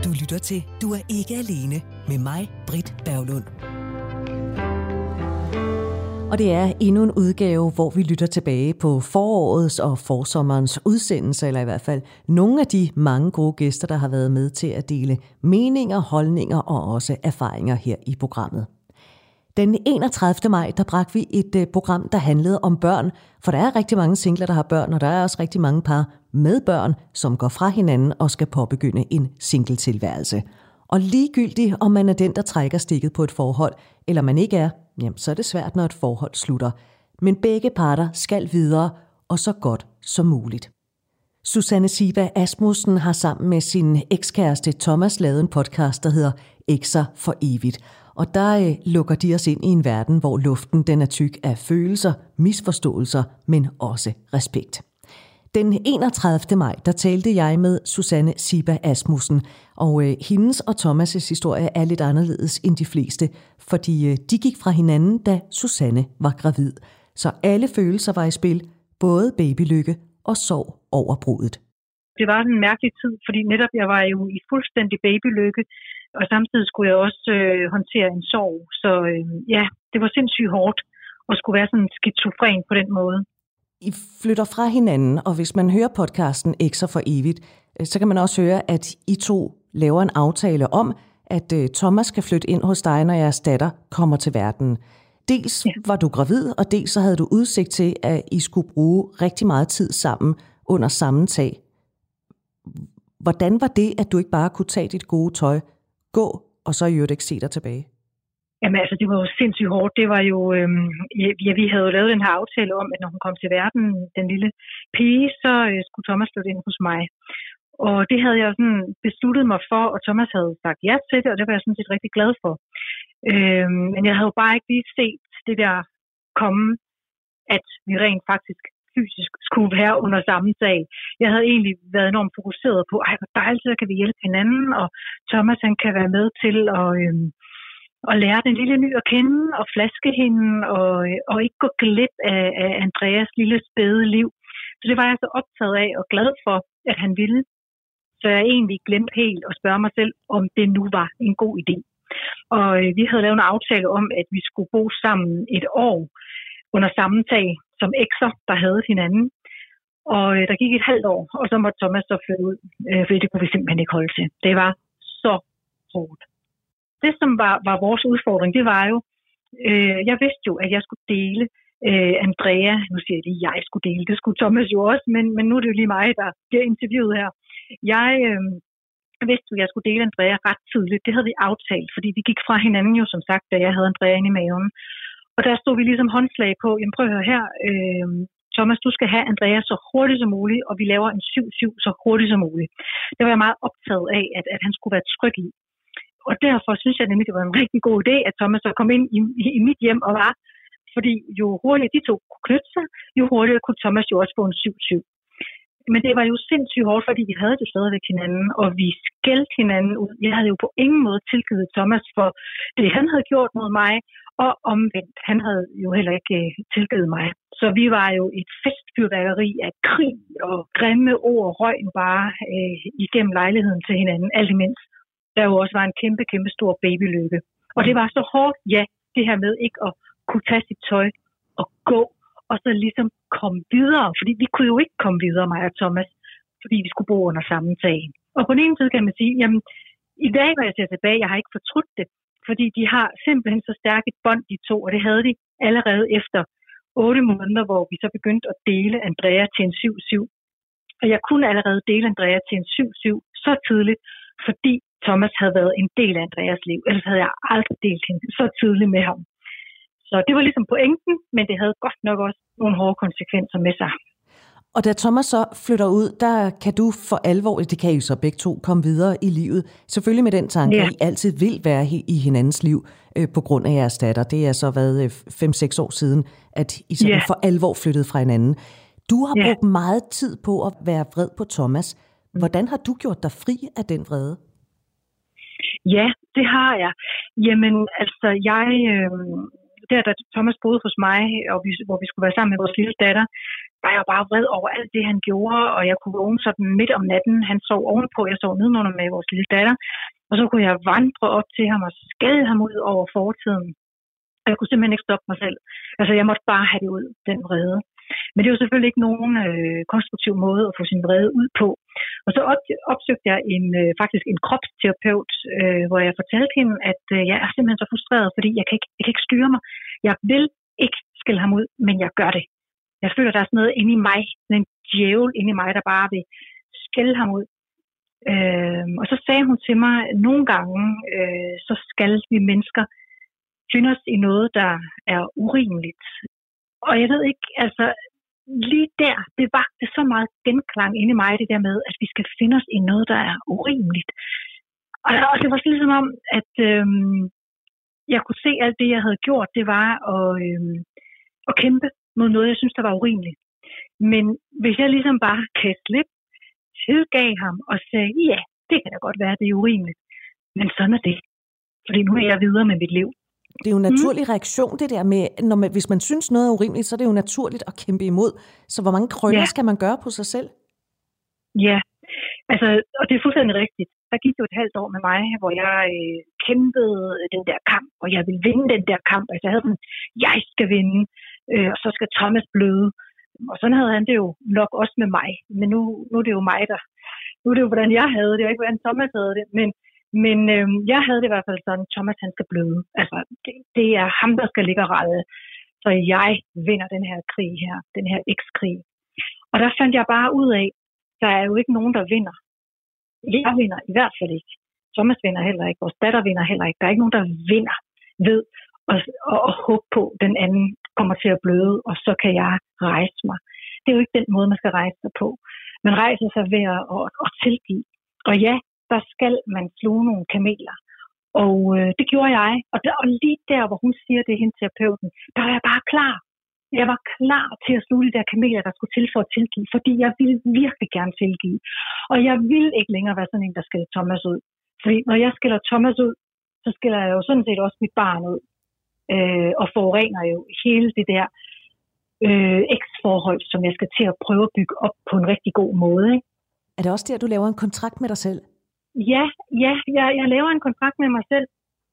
Du lytter til Du er ikke alene med mig, Britt Berglund. Og det er endnu en udgave, hvor vi lytter tilbage på forårets og forsommerens udsendelser, eller i hvert fald nogle af de mange gode gæster, der har været med til at dele meninger, holdninger og også erfaringer her i programmet. Den 31. maj, der bragte vi et program, der handlede om børn, for der er rigtig mange singler, der har børn, og der er også rigtig mange par med børn, som går fra hinanden og skal påbegynde en singletilværelse. Og ligegyldigt, om man er den, der trækker stikket på et forhold, eller man ikke er, jamen, så er det svært, når et forhold slutter. Men begge parter skal videre, og så godt som muligt. Susanne Ziba Asmussen har sammen med sin ekskæreste Thomas lavet en podcast, der hedder Ekser for evigt. Og der lukker de os ind i en verden, hvor luften den er tyk af følelser, misforståelser, men også respekt. Den 31. maj, der talte jeg med Susanne Ziba Asmussen, og hendes og Thomas' historie er lidt anderledes end de fleste, fordi de gik fra hinanden, da Susanne var gravid. Så alle følelser var i spil, både babylykke og sorg over bruddet. Det var en mærkelig tid, fordi netop jeg var jo i fuldstændig babylykke, og samtidig skulle jeg også håndtere en sorg. Så det var sindssygt hårdt at skulle være sådan skizofren på den måde. I flytter fra hinanden, og hvis man hører podcasten Ekser for evigt, så kan man også høre, at I to laver en aftale om, at Thomas skal flytte ind hos dig, når jeres datter kommer til verden. Dels var du gravid, og dels så havde du udsigt til, at I skulle bruge rigtig meget tid sammen under samme tag. Hvordan var det, at du ikke bare kunne tage dit gode tøj, gå, og så i øvrigt ikke se dig tilbage? Jamen altså, det var jo sindssygt hårdt. Det var jo, vi havde jo lavet den her aftale om, at når hun kom til verden, den lille pige, så skulle Thomas flytte ind hos mig. Og det havde jeg sådan besluttet mig for, og Thomas havde sagt ja til det, og det var jeg sådan set rigtig glad for. Men jeg havde jo bare ikke lige set det der komme, at vi rent faktisk fysisk skulle være under samme sag. Jeg havde egentlig været enormt fokuseret på, hvor dejligt, så kan vi hjælpe hinanden, og Thomas han kan være med til at lære den lille ny at kende, og flaske hende, og ikke gå glip af Andreas lille spæde liv. Så det var jeg så optaget af og glad for, at han ville. Så jeg egentlig glemte helt at spørge mig selv, om det nu var en god idé. Og vi havde lavet en aftale om, at vi skulle bo sammen et år under samme tag som ekser, der havde hinanden. Og der gik et halvt år, og så måtte Thomas så flytte ud, fordi det kunne vi simpelthen ikke holde til. Det var så hårdt. Det, som var vores udfordring, det var jo, jeg vidste jo, at jeg skulle dele Andrea. Nu siger jeg lige, jeg skulle dele. Det skulle Thomas jo også, men nu er det jo lige mig, der bliver interviewet her. Jeg vidste jo, at jeg skulle dele Andrea ret tidligt. Det havde vi aftalt, fordi vi gik fra hinanden jo, som sagt, da jeg havde Andrea inde i maven. Og der stod vi ligesom håndslag på, jamen prøv at høre her, Thomas, du skal have Andrea så hurtigt som muligt, og vi laver en 7-7 så hurtigt som muligt. Det var jeg meget optaget af, at han skulle være tryg i. Og derfor synes jeg nemlig, det var en rigtig god idé, at Thomas så kom ind i mit hjem og var. Fordi jo hurtigere de to kunne knytte sig, jo hurtigere kunne Thomas jo også få en 7-7. Men det var jo sindssygt hårdt, fordi vi havde det stadigvæk hinanden, og vi skældte hinanden ud. Jeg havde jo på ingen måde tilgivet Thomas for det, han havde gjort mod mig, og omvendt, han havde jo heller ikke tilgivet mig. Så vi var jo et festfyrværkeri af krig og grimme ord og røg bare igennem lejligheden til hinanden, alt imens der jo også var en kæmpe, kæmpe stor babylykke. Og det var så hårdt, det her med ikke at kunne tage sit tøj og gå, og så ligesom komme videre. Fordi vi kunne jo ikke komme videre, mig og Thomas, fordi vi skulle bo under samme tag. Og på den ene side kan man sige, jamen, i dag, når jeg ser tilbage, jeg har ikke fortrudt det, fordi de har simpelthen så stærkt et bånd, de to, og det havde de allerede efter 8 måneder, hvor vi så begyndte at dele Andrea til en 7-7. Og jeg kunne allerede dele Andrea til en 7-7 så tidligt, fordi Thomas havde været en del af Andreas liv. Ellers havde jeg aldrig delt hende så tidligt med ham. Så det var ligesom pointen, men det havde godt nok også nogle hårde konsekvenser med sig. Og da Thomas så flytter ud, der kan du for alvor, det kan I så begge to, komme videre i livet. Selvfølgelig med den tanke, at I altid vil være i hinandens liv på grund af jeres datter. Det er så været 5-6 år siden, at I sådan for alvor flyttede fra hinanden. Du har brugt meget tid på at være vred på Thomas. Hvordan har du gjort dig fri af den vrede? Ja, det har jeg. Jamen, altså, da Thomas boede hos mig, og hvor vi skulle være sammen med vores lille datter, var jeg bare vred over alt det, han gjorde, og jeg kunne vågne sådan midt om natten. Han sov ovenpå, jeg sov nedenunder med vores lille datter, og så kunne jeg vandre op til ham og skade ham ud over fortiden. Jeg kunne simpelthen ikke stoppe mig selv. Altså, jeg måtte bare have det ud, den vrede. Men det er jo selvfølgelig ikke nogen konstruktiv måde at få sin vrede ud på. Og så opsøgte jeg faktisk en kropsterapeut, hvor jeg fortalte hende, at jeg er simpelthen så frustreret, fordi jeg kan ikke styre mig. Jeg vil ikke skælde ham ud, men jeg gør det. Jeg føler, der er sådan noget inde i mig, en djævel inde i mig, der bare vil skælde ham ud. Og så sagde hun til mig, at nogle gange, så skal vi mennesker finde os i noget, der er urimeligt. Og jeg ved ikke, altså lige der, det vagte så meget genklang inde i mig, det der med, at vi skal finde os i noget, der er urimeligt. Og det var sådan ligesom om, at jeg kunne se alt det, jeg havde gjort, det var at kæmpe mod noget, jeg synes, der var urimeligt. Men hvis jeg ligesom bare kan slippe, tilgav ham og sagde, ja, det kan da godt være, det er urimeligt. Men sådan er det. Fordi nu er jeg videre med mit liv. Det er jo en naturlig reaktion, det der med, hvis man synes noget er urimeligt, så er det jo naturligt at kæmpe imod. Så hvor mange krøller skal man gøre på sig selv? Ja, altså, og det er fuldstændig rigtigt. Der gik jo et halvt år med mig, hvor jeg kæmpede den der kamp, og jeg ville vinde den der kamp. Altså jeg havde sådan, jeg skal vinde, og så skal Thomas bløde. Og sådan havde han det jo nok også med mig. Men nu er det jo mig, nu er det jo, hvordan jeg havde det, og ikke hvordan Thomas havde det. Men jeg havde det i hvert fald sådan, Thomas han skal bløde. Altså det er ham, der skal ligge og rette. Så jeg vinder den her krig her, den her ekskrig. Og der fandt jeg bare ud af, der er jo ikke nogen, der vinder. Jeg vinder i hvert fald ikke. Thomas vinder heller ikke. Vores datter vinder heller ikke. Der er ikke nogen, der vinder ved at håbe på, den anden kommer til at bløde, og så kan jeg rejse mig. Det er jo ikke den måde, man skal rejse sig på. Man rejser sig ved at tilgive. Og ja, der skal man sluge nogle kameler. Og det gjorde jeg. Og lige der, hvor hun siger det, hende terapeuten, der var jeg bare klar. Jeg var klar til at sluge de der kameler, der skulle til for at tilgive, fordi jeg ville virkelig gerne tilgive. Og jeg ville ikke længere være sådan en, der skælder Thomas ud. Fordi når jeg skælder Thomas ud, så skælder jeg jo sådan set også mit barn ud. Og forurener jo hele det der eksforhold, som jeg skal til at prøve at bygge op på en rigtig god måde. Ikke? Er det også der, du laver en kontrakt med dig selv? Ja, jeg laver en kontrakt med mig selv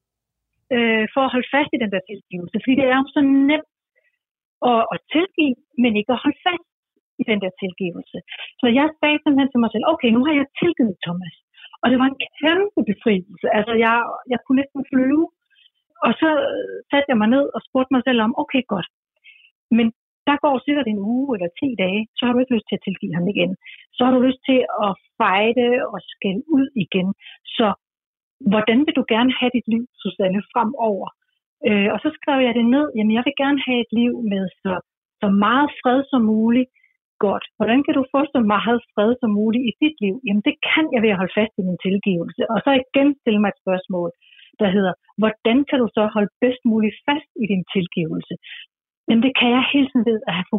for at holde fast i den der tilgivelse. Fordi det er jo så nemt at tilgive, men ikke at holde fast i den der tilgivelse. Så jeg sagde simpelthen til mig selv, okay, nu har jeg tilgivet Thomas. Og det var en kæmpe befrielse. Altså, jeg kunne næsten flyve. Og så satte jeg mig ned og spurgte mig selv om, okay, godt. Men der går sikkert en uge eller 10 dage, så har du ikke lyst til at tilgive ham igen. Så har du lyst til at fejde og skælde ud igen. Så hvordan vil du gerne have dit liv, Susanne, fremover? Og så skrev jeg det ned. Jamen, jeg vil gerne have et liv med så meget fred som muligt. Godt. Hvordan kan du få så meget fred som muligt i dit liv? Jamen, det kan jeg ved at holde fast i min tilgivelse. Og så igen stille mig et spørgsmål, der hedder, hvordan kan du så holde bedst muligt fast i din tilgivelse? Men det kan jeg hele tiden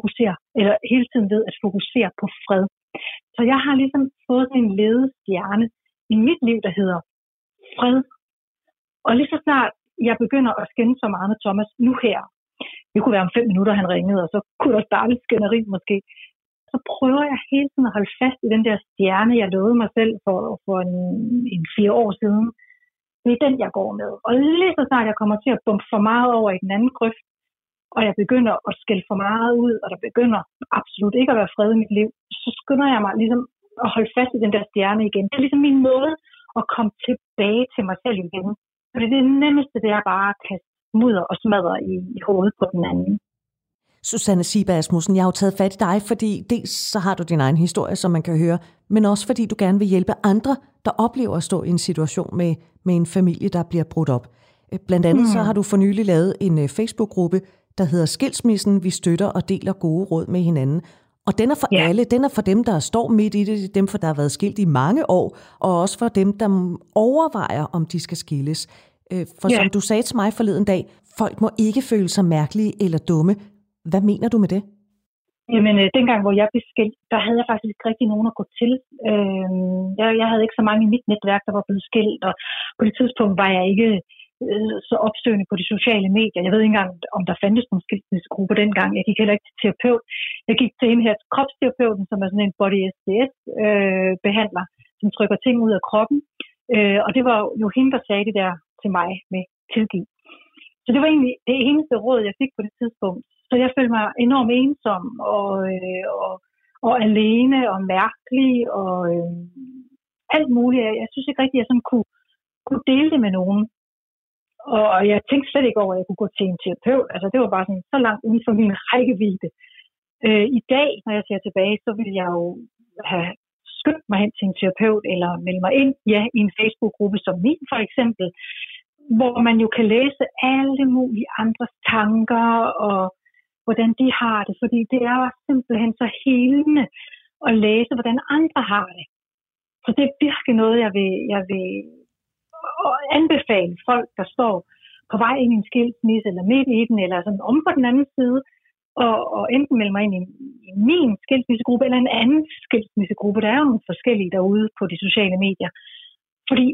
ved at fokusere på fred. Så jeg har ligesom fået en ledestjerne i mit liv, der hedder fred. Og lige så snart jeg begynder at skænde så meget med Thomas nu her, det kunne være om 5 minutter, han ringede, og så kunne der starte et skænderi måske, så prøver jeg hele tiden at holde fast i den der stjerne, jeg lovede mig selv for en 4 år siden. Det er den, jeg går med. Og lige så snart jeg kommer til at bumpe for meget over i den anden grøft, og jeg begynder at skælde for meget ud, og der begynder absolut ikke at være fred i mit liv, så skynder jeg mig ligesom at holde fast i den der stjerne igen. Det er ligesom min måde at komme tilbage til mig selv igen. Fordi det nemmeste, det er bare at kaste mudder og smadre i hovedet på den anden. Susanne Ziba Asmussen, jeg har jo taget fat i dig, fordi dels så har du din egen historie, som man kan høre, men også fordi du gerne vil hjælpe andre, der oplever at stå i en situation med en familie, der bliver brudt op. Blandt andet så har du for nylig lavet en Facebook-gruppe, der hedder Skilsmissen, vi støtter og deler gode råd med hinanden. Og den er for alle, den er for dem, der står midt i det, dem, der har været skilt i mange år, og også for dem, der overvejer, om de skal skilles. For som du sagde til mig forleden dag, folk må ikke føle sig mærkelige eller dumme. Hvad mener du med det? Jamen, dengang, hvor jeg blev skilt, der havde jeg faktisk ikke rigtig nogen at gå til. Jeg havde ikke så mange i mit netværk, der var blevet skilt, og på det tidspunkt var jeg ikke så opsøgende på de sociale medier. Jeg ved ikke engang, om der fandtes nogle skilsmissegrupper dengang. Jeg gik heller ikke til terapeut. Jeg gik til en her kropsterapeuten, som er sådan en body SDS-behandler, som trykker ting ud af kroppen. Og det var jo hende, der sagde det der til mig med tilgiv. Så det var egentlig det eneste råd, jeg fik på det tidspunkt. Så jeg følte mig enormt ensom og alene og mærkelig og alt muligt. Jeg synes ikke rigtigt, at jeg sådan kunne dele det med nogen. Og jeg tænkte slet ikke over, at jeg kunne gå til en terapeut. Altså det var bare sådan så langt uden for min rækkevidde. I dag, når jeg ser tilbage, så ville jeg jo have skyndt mig hen til en terapeut eller melde mig ind i en Facebook-gruppe som min for eksempel, hvor man jo kan læse alle mulige andres tanker og hvordan de har det. Fordi det er jo simpelthen så helende at læse, hvordan andre har det. Så det er virkelig noget, jeg vil anbefale folk, der står på vej ind i en skilsmisse, eller midt i den, eller sådan om på den anden side, og enten melde mig ind i min skilsmissegruppe, eller en anden skilsmissegruppe. Der er jo nogle forskellige derude på de sociale medier. Fordi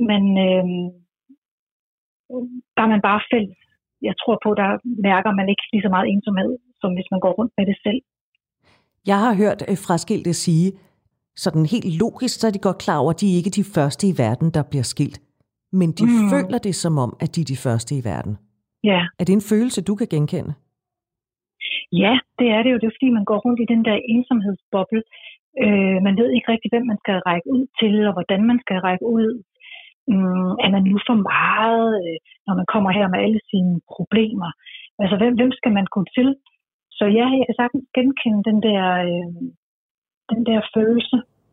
der er man bare fælles. Jeg tror på, der mærker man ikke lige så meget ensomhed, som hvis man går rundt med det selv. Jeg har hørt fraskilte sige, sådan helt logisk, så er de godt klar over, at de ikke er de første i verden, der bliver skilt. Men de føler det som om, at de er de første i verden. Ja. Er det en følelse, du kan genkende? Ja, det er det jo. Det er fordi, man går rundt i den der ensomhedsboble. Man ved ikke rigtig, hvem man skal række ud til, og hvordan man skal række ud. Er man nu for meget, når man kommer her med alle sine problemer? Altså, hvem skal man gå til? Så ja, jeg kan sagtens genkende den der følelse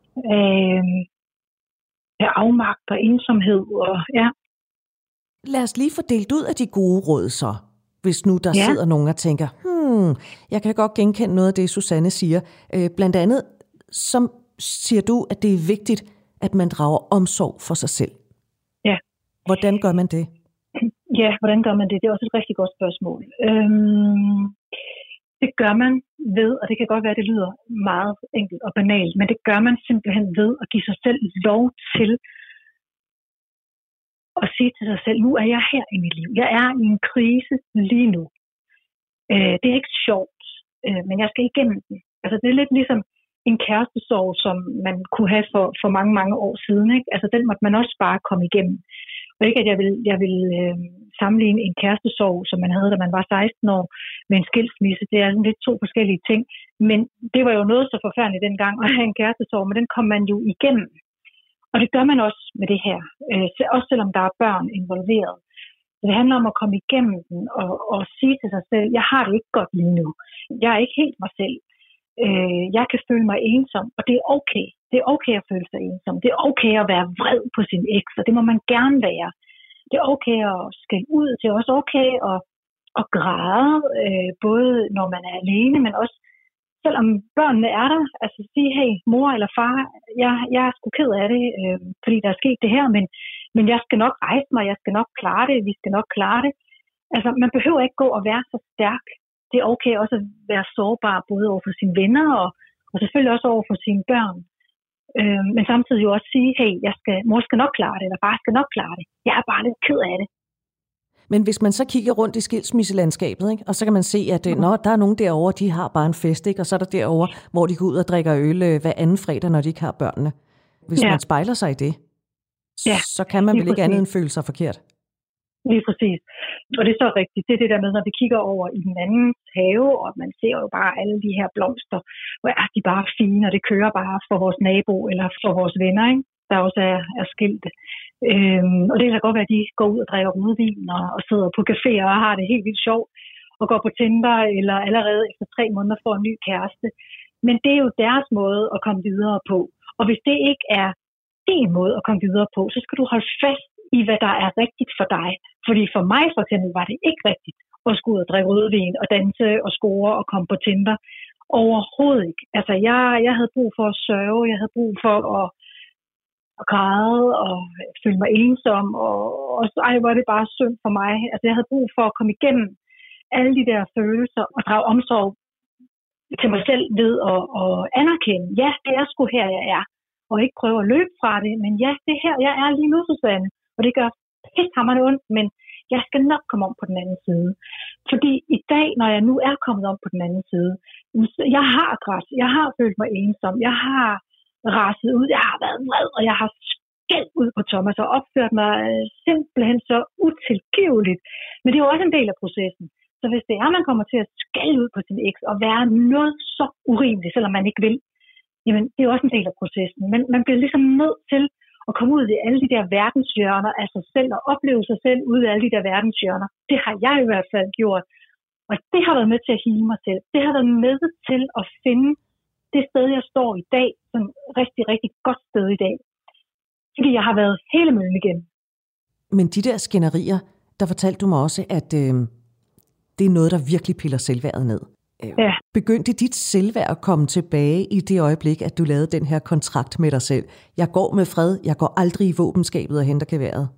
af afmagt og ensomhed. Og, ja. Lad os lige få delt ud af de gode råd så, hvis nu der sidder nogen og tænker, jeg kan godt genkende noget af det, Susanne siger. Blandt andet, som siger du, at det er vigtigt, at man drager omsorg for sig selv. Ja. Hvordan gør man det? Ja, hvordan gør man det? Det er også et rigtig godt spørgsmål. Det gør man ved, og det kan godt være, at det lyder meget enkelt og banalt, men det gør man simpelthen ved at give sig selv lov til at sige til sig selv, nu er jeg her i mit liv. Jeg er i en krise lige nu. Det er ikke sjovt, men jeg skal igennem den. Altså det er lidt ligesom en kærestesorg, som man kunne have for mange, mange år siden. Ikke? Altså den måtte man også bare komme igennem. Og ikke at jeg vil sammenligne en kærestesorg, som man havde, da man var 16 år, med en skilsmisse. Det er lidt to forskellige ting. Men det var jo noget så forfærdeligt dengang at have en kærestesorg, men den kom man jo igennem. Og det gør man også med det her. Også selvom der er børn involveret. Det handler om at komme igennem den og sige til sig selv, jeg har det ikke godt lige nu. Jeg er ikke helt mig selv. Jeg kan føle mig ensom, og det er okay. Det er okay at føle sig ensom. Det er okay at være vred på sin eks, og det må man gerne være. Det er okay at skælde ud. Det er også okay at græde, både når man er alene, men også selvom børnene er der. Altså sige, hey, mor eller far, jeg er sgu ked af det, fordi der er sket det her, men jeg skal nok rejse mig, jeg skal nok klare det, vi skal nok klare det. Altså man behøver ikke gå og være så stærk. Det er okay også at være sårbar, både over for sine venner og selvfølgelig også over for sine børn. Men samtidig jo også sige, hey, mor skal nok klare det, eller far skal nok klare det. Jeg er bare lidt ked af det. Men hvis man så kigger rundt i skilsmisselandskabet, ikke? Og så kan man se, at der er nogen derovre, de har bare en fest, ikke? Og så er der derovre, hvor de går ud og drikker øl hver anden fredag, når de ikke har børnene. Hvis man spejler sig i det, så kan man vel ikke andet end føle sig forkert. Lige præcis. Og det er så rigtigt. Det er det der med, når vi kigger over i den anden have, og man ser jo bare alle de her blomster, hvor er de bare fine, og det kører bare for vores nabo eller for vores venner, ikke? Der også er skilte. Og det kan godt være, at de går ud og drikker rødvin og sidder på caféer og har det helt vildt sjovt, og går på Tinder, eller allerede efter 3 måneder får en ny kæreste. Men det er jo deres måde at komme videre på. Og hvis det ikke er din måde at komme videre på, så skal du holde fast i, hvad der er rigtigt for dig. Fordi for mig for eksempel var det ikke rigtigt at skulle ud og drikke rødvin og danse og score og komme på Tinder. Overhovedet ikke. Altså jeg havde brug for at sørge, jeg havde brug for at græde og føle mig ensom, og var det bare synd for mig. Altså jeg havde brug for at komme igennem alle de der følelser og drage omsorg til mig selv ved at anerkende, ja, det er sgu her, jeg er. Og ikke prøve at løbe fra det, men ja, det er her, jeg er lige nu, Susanne. Og det gør pissehammerende ondt, men Jeg skal nok komme om på den anden side. Fordi i dag, når jeg nu er kommet om på den anden side, jeg har grædt, jeg har følt mig ensom, jeg har raset ud, jeg har været vred, og jeg har skældt ud på Thomas og opført mig simpelthen så utilgiveligt. Men det er jo også en del af processen. Så hvis det er, man kommer til at skælde ud på sin eks og være noget så urimeligt, selvom man ikke vil, jamen det er jo også en del af processen. Men man bliver ligesom nødt til at komme ud i alle de der verdenshjørner af sig selv og opleve sig selv ud af alle de der verdenshjørner. Det har jeg i hvert fald gjort. Og det har været med til at hele mig selv. Det har været med til at finde det sted, jeg står i dag, som rigtig, rigtig godt sted i dag. Fordi jeg har været hele møllen igennem. Men de der skænderier, der fortalte du mig også, at det er noget, der virkelig piller selvværdet ned. Ja. Begyndte dit selvværd at komme tilbage i det øjeblik, at du lavede den her kontrakt med dig selv? Jeg går med fred, jeg går aldrig i våbenskabet og henter geværet.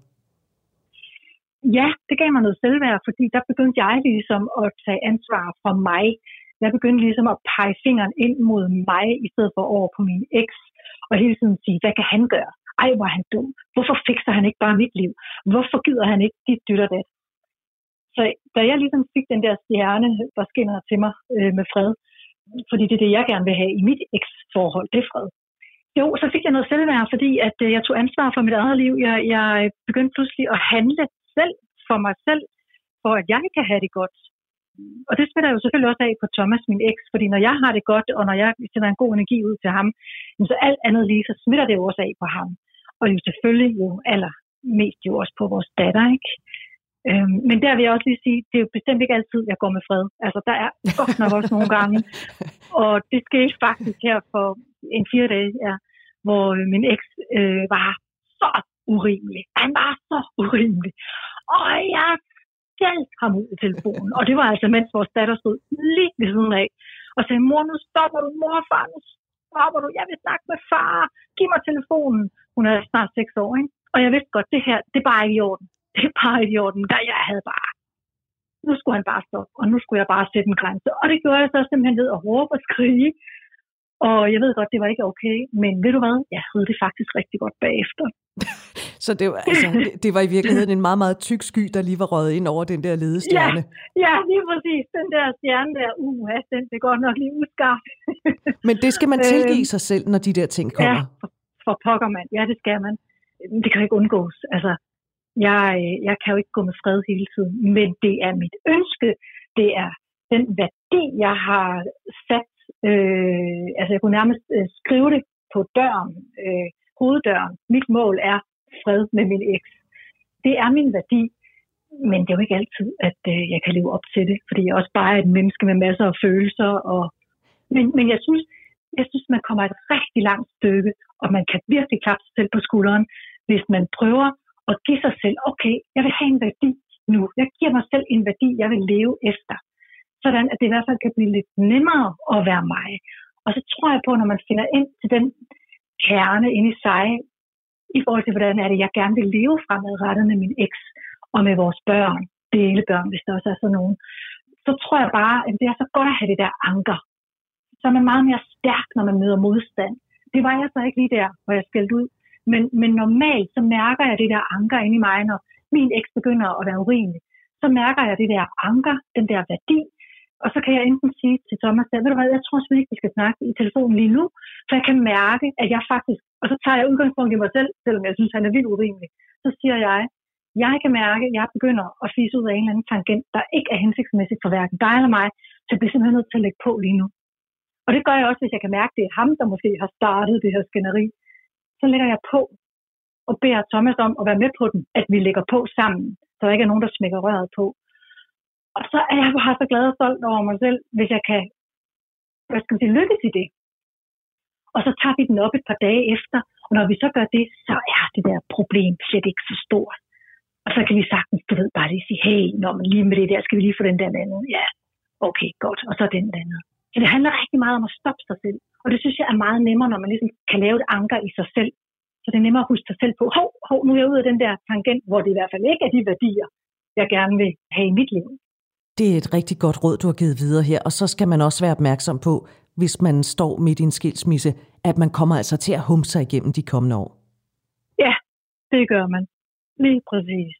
Ja, det gav mig noget selvværd, fordi der begyndte jeg ligesom at tage ansvar for mig. Jeg begyndte ligesom at pege fingeren ind mod mig, i stedet for over på min eks, og hele tiden sige, hvad kan han gøre? Ej, hvor er han dum. Hvorfor fikser han ikke bare mit liv? Hvorfor gider han ikke dit dytter det? Så da jeg ligesom fik den der stjerne, der skinner til mig med fred, fordi det er det, jeg gerne vil have i mit eks-forhold, det er fred. Jo, så fik jeg noget selvværd, fordi at jeg tog ansvar for mit eget liv. Jeg begyndte pludselig at handle selv for mig selv, for at jeg kan have det godt. Og det smitter jo selvfølgelig også af på Thomas, min eks, fordi når jeg har det godt, og når jeg sender en god energi ud til ham, så alt andet lige, så smitter det jo også af på ham. Og jo selvfølgelig jo allermest jo også på vores datter, ikke? Men der vil jeg også lige sige, det er jo bestemt ikke altid, jeg går med fred. Altså, der er godt nok også nogle gange. Og det skete faktisk her for en 4 dage, hvor min eks var så urimelig. Han var så urimelig. Og jeg skældte ham ud i telefonen. Og det var altså, mens vores datter stod lige ved siden af. Og sagde, mor, nu stopper du, morfar, nu stopper du. Jeg vil snakke med far. Giv mig telefonen. Hun er snart 6 år, ikke? Og jeg vidste godt, det her, det er bare ikke i orden. Det er bare ikke i orden. Der jeg havde bare, nu skulle han bare stoppe. Og nu skulle jeg bare sætte en grænse. Og det gjorde jeg så simpelthen ved at råbe og skrige. Og jeg ved godt, det var ikke okay. Men ved du hvad? Jeg havde det faktisk rigtig godt bagefter. Så det var i virkeligheden en meget, meget tyk sky, der lige var røget ind over den der ledestjerne. Ja, lige præcis. Den der stjerne der, den er godt nok lige uskarpt. Men det skal man tilgive sig selv, når de der ting kommer. Ja, for pokker man. Ja, det skal man. Det kan ikke undgås. Altså, jeg kan jo ikke gå med fred hele tiden, men det er mit ønske. Det er den værdi, jeg har sat. Altså, jeg kunne nærmest skrive det på døren, hoveddøren. Mit mål er fred med min eks. Det er min værdi, men det er jo ikke altid, at jeg kan leve op til det, fordi jeg også bare er et menneske med masser af følelser. Men jeg synes, man kommer et rigtig langt stykke, og man kan virkelig klappe sig selv på skulderen, hvis man prøver at give sig selv, okay, jeg vil have en værdi nu. Jeg giver mig selv en værdi, jeg vil leve efter. Sådan, at det i hvert fald kan blive lidt nemmere at være mig. Og så tror jeg på, når man finder ind til den kerne inde i sig, i forhold til, hvordan er det, jeg gerne vil leve fremadrettet med min eks og med vores børn, delebørn, hvis der også er sådan nogen, så tror jeg bare, at det er så godt at have det der anker. Så er man meget mere stærk, når man møder modstand. Det var jeg så ikke lige der, hvor jeg skældte ud. Men normalt, så mærker jeg det der anker inde i mig, når min eks begynder at være urimelig. Så mærker jeg det der anker, den der værdi. Og så kan jeg enten sige til Thomas, ved du hvad, jeg tror simpelthen ikke, vi skal snakke i telefonen lige nu, for jeg kan mærke, at jeg faktisk, og så tager jeg udgangspunkt i mig selv, selvom jeg synes, han er vildt urimelig, så siger jeg kan mærke, at jeg begynder at fise ud af en eller anden tangent, der ikke er hensigtsmæssigt for hverken dig eller mig, så jeg bliver simpelthen nødt til at lægge på lige nu. Og det gør jeg også, hvis jeg kan mærke, at det er ham, der måske har startet det her skænderi. Så lægger jeg på og beder Thomas om at være med på den, at vi lægger på sammen, så der ikke er nogen, der smækker røret på. Og så er jeg bare så glad og stolt over mig selv, hvis jeg kan, lykkes i det. Og så tager vi den op et par dage efter, og når vi så gør det, så er det der problem slet ikke så stort. Og så kan vi sagtens, bare lige sige, hey, når man lige med det der, skal vi lige få den der anden. Ja, okay, godt, og så den anden. Så det handler rigtig meget om at stoppe sig selv. Og det synes jeg er meget nemmere, når man ligesom kan lave et anker i sig selv. Så det er nemmere at huske sig selv på, nu er jeg ude af den der tangent, hvor det i hvert fald ikke er de værdier, jeg gerne vil have i mit liv. Det er et rigtig godt råd, du har givet videre her, og så skal man også være opmærksom på, hvis man står midt i en skilsmisse, at man kommer altså til at humpe sig igennem de kommende år. Ja, det gør man. Lige præcis.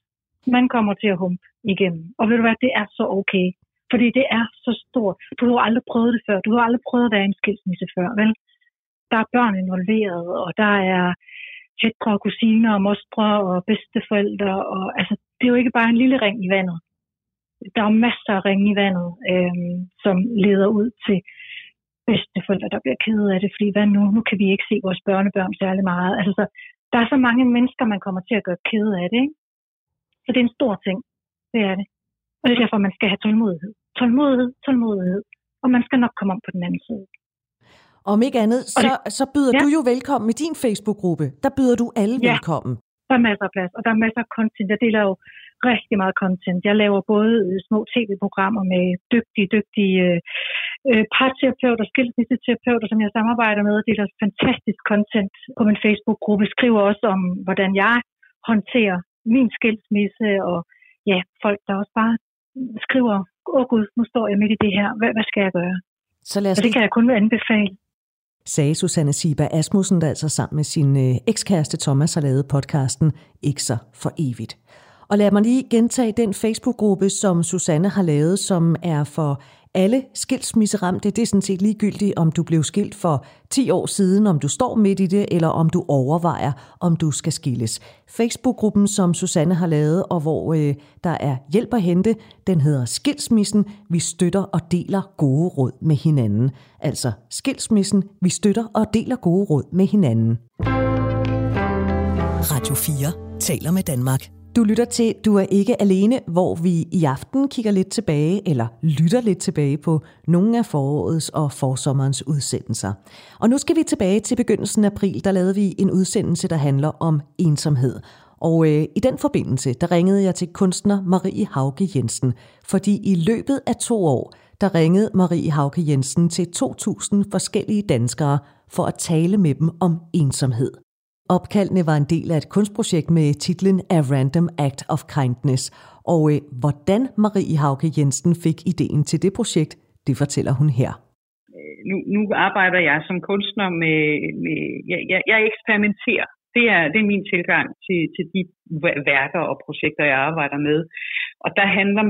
man kommer til at humpe igennem. Og ved du hvad, det er så okay. Fordi det er så stort. Du har aldrig prøvet det før. Du har aldrig prøvet at være i en skilsmisse før, vel? Der er børn involveret, og der er fætre og kusiner og mostre og bedsteforældre. Og, altså, det er jo ikke bare en lille ring i vandet. Der er masser af ringe i vandet, som leder ud til bedsteforældre, der bliver kede af det. Fordi hvad nu? Nu kan vi ikke se vores børnebørn særlig meget. Altså, så, der er så mange mennesker, man kommer til at gøre kede af det, ikke? Så det er en stor ting. Det er det. Og det er derfor, man skal have tålmodighed. Tålmodighed. Og man skal nok komme om på den anden side. Om ikke andet, så byder du jo velkommen i din Facebook-gruppe. Der byder du alle velkommen. Der er masser af plads, og der er masser af content. Jeg deler jo rigtig meget content. Jeg laver både små tv-programmer med dygtige parterapeuter, skilsmisseterapeuter, som jeg samarbejder med, og deler fantastisk content på min Facebook-gruppe. Skriver også om, hvordan jeg håndterer min skilsmisse, og ja, folk der også bare skriver, Gud, nu står jeg midt i det her. Hvad skal jeg gøre? Så det kan jeg kun anbefale. Sagde Susanne Ziba Asmussen, der altså sammen med sin ekskæreste Thomas har lavet podcasten Ikke så for evigt. Og lad mig lige gentage den Facebook-gruppe, som Susanne har lavet, som er for alle skilsmisseramte. Det er sådan set ligegyldigt, om du blev skilt for 10 år siden, om du står midt i det, eller om du overvejer, om du skal skilles. Facebook-gruppen, som Susanne har lavet, og hvor der er hjælp at hente, den hedder Skilsmissen. Vi støtter og deler gode råd med hinanden. Altså Skilsmissen. Vi støtter og deler gode råd med hinanden. Radio 4 taler med Danmark. Du lytter til Du er ikke alene, hvor vi i aften kigger lidt tilbage, eller lytter lidt tilbage på nogle af forårets og forsommerens udsendelser. Og nu skal vi tilbage til begyndelsen af april, der lavede vi en udsendelse, der handler om ensomhed. Og i den forbindelse, der ringede jeg til kunstner Marie Hauge Jensen, fordi i løbet af 2 år, der ringede Marie Hauge Jensen til 2.000 forskellige danskere for at tale med dem om ensomhed. Opkaldene var en del af et kunstprojekt med titlen A Random Act of Kindness. Og hvordan Marie Hauge Jensen fik ideen til det projekt, det fortæller hun her. Nu arbejder jeg som kunstner med jeg eksperimenterer. Det er min tilgang til de værker og projekter, jeg arbejder med. Og der handler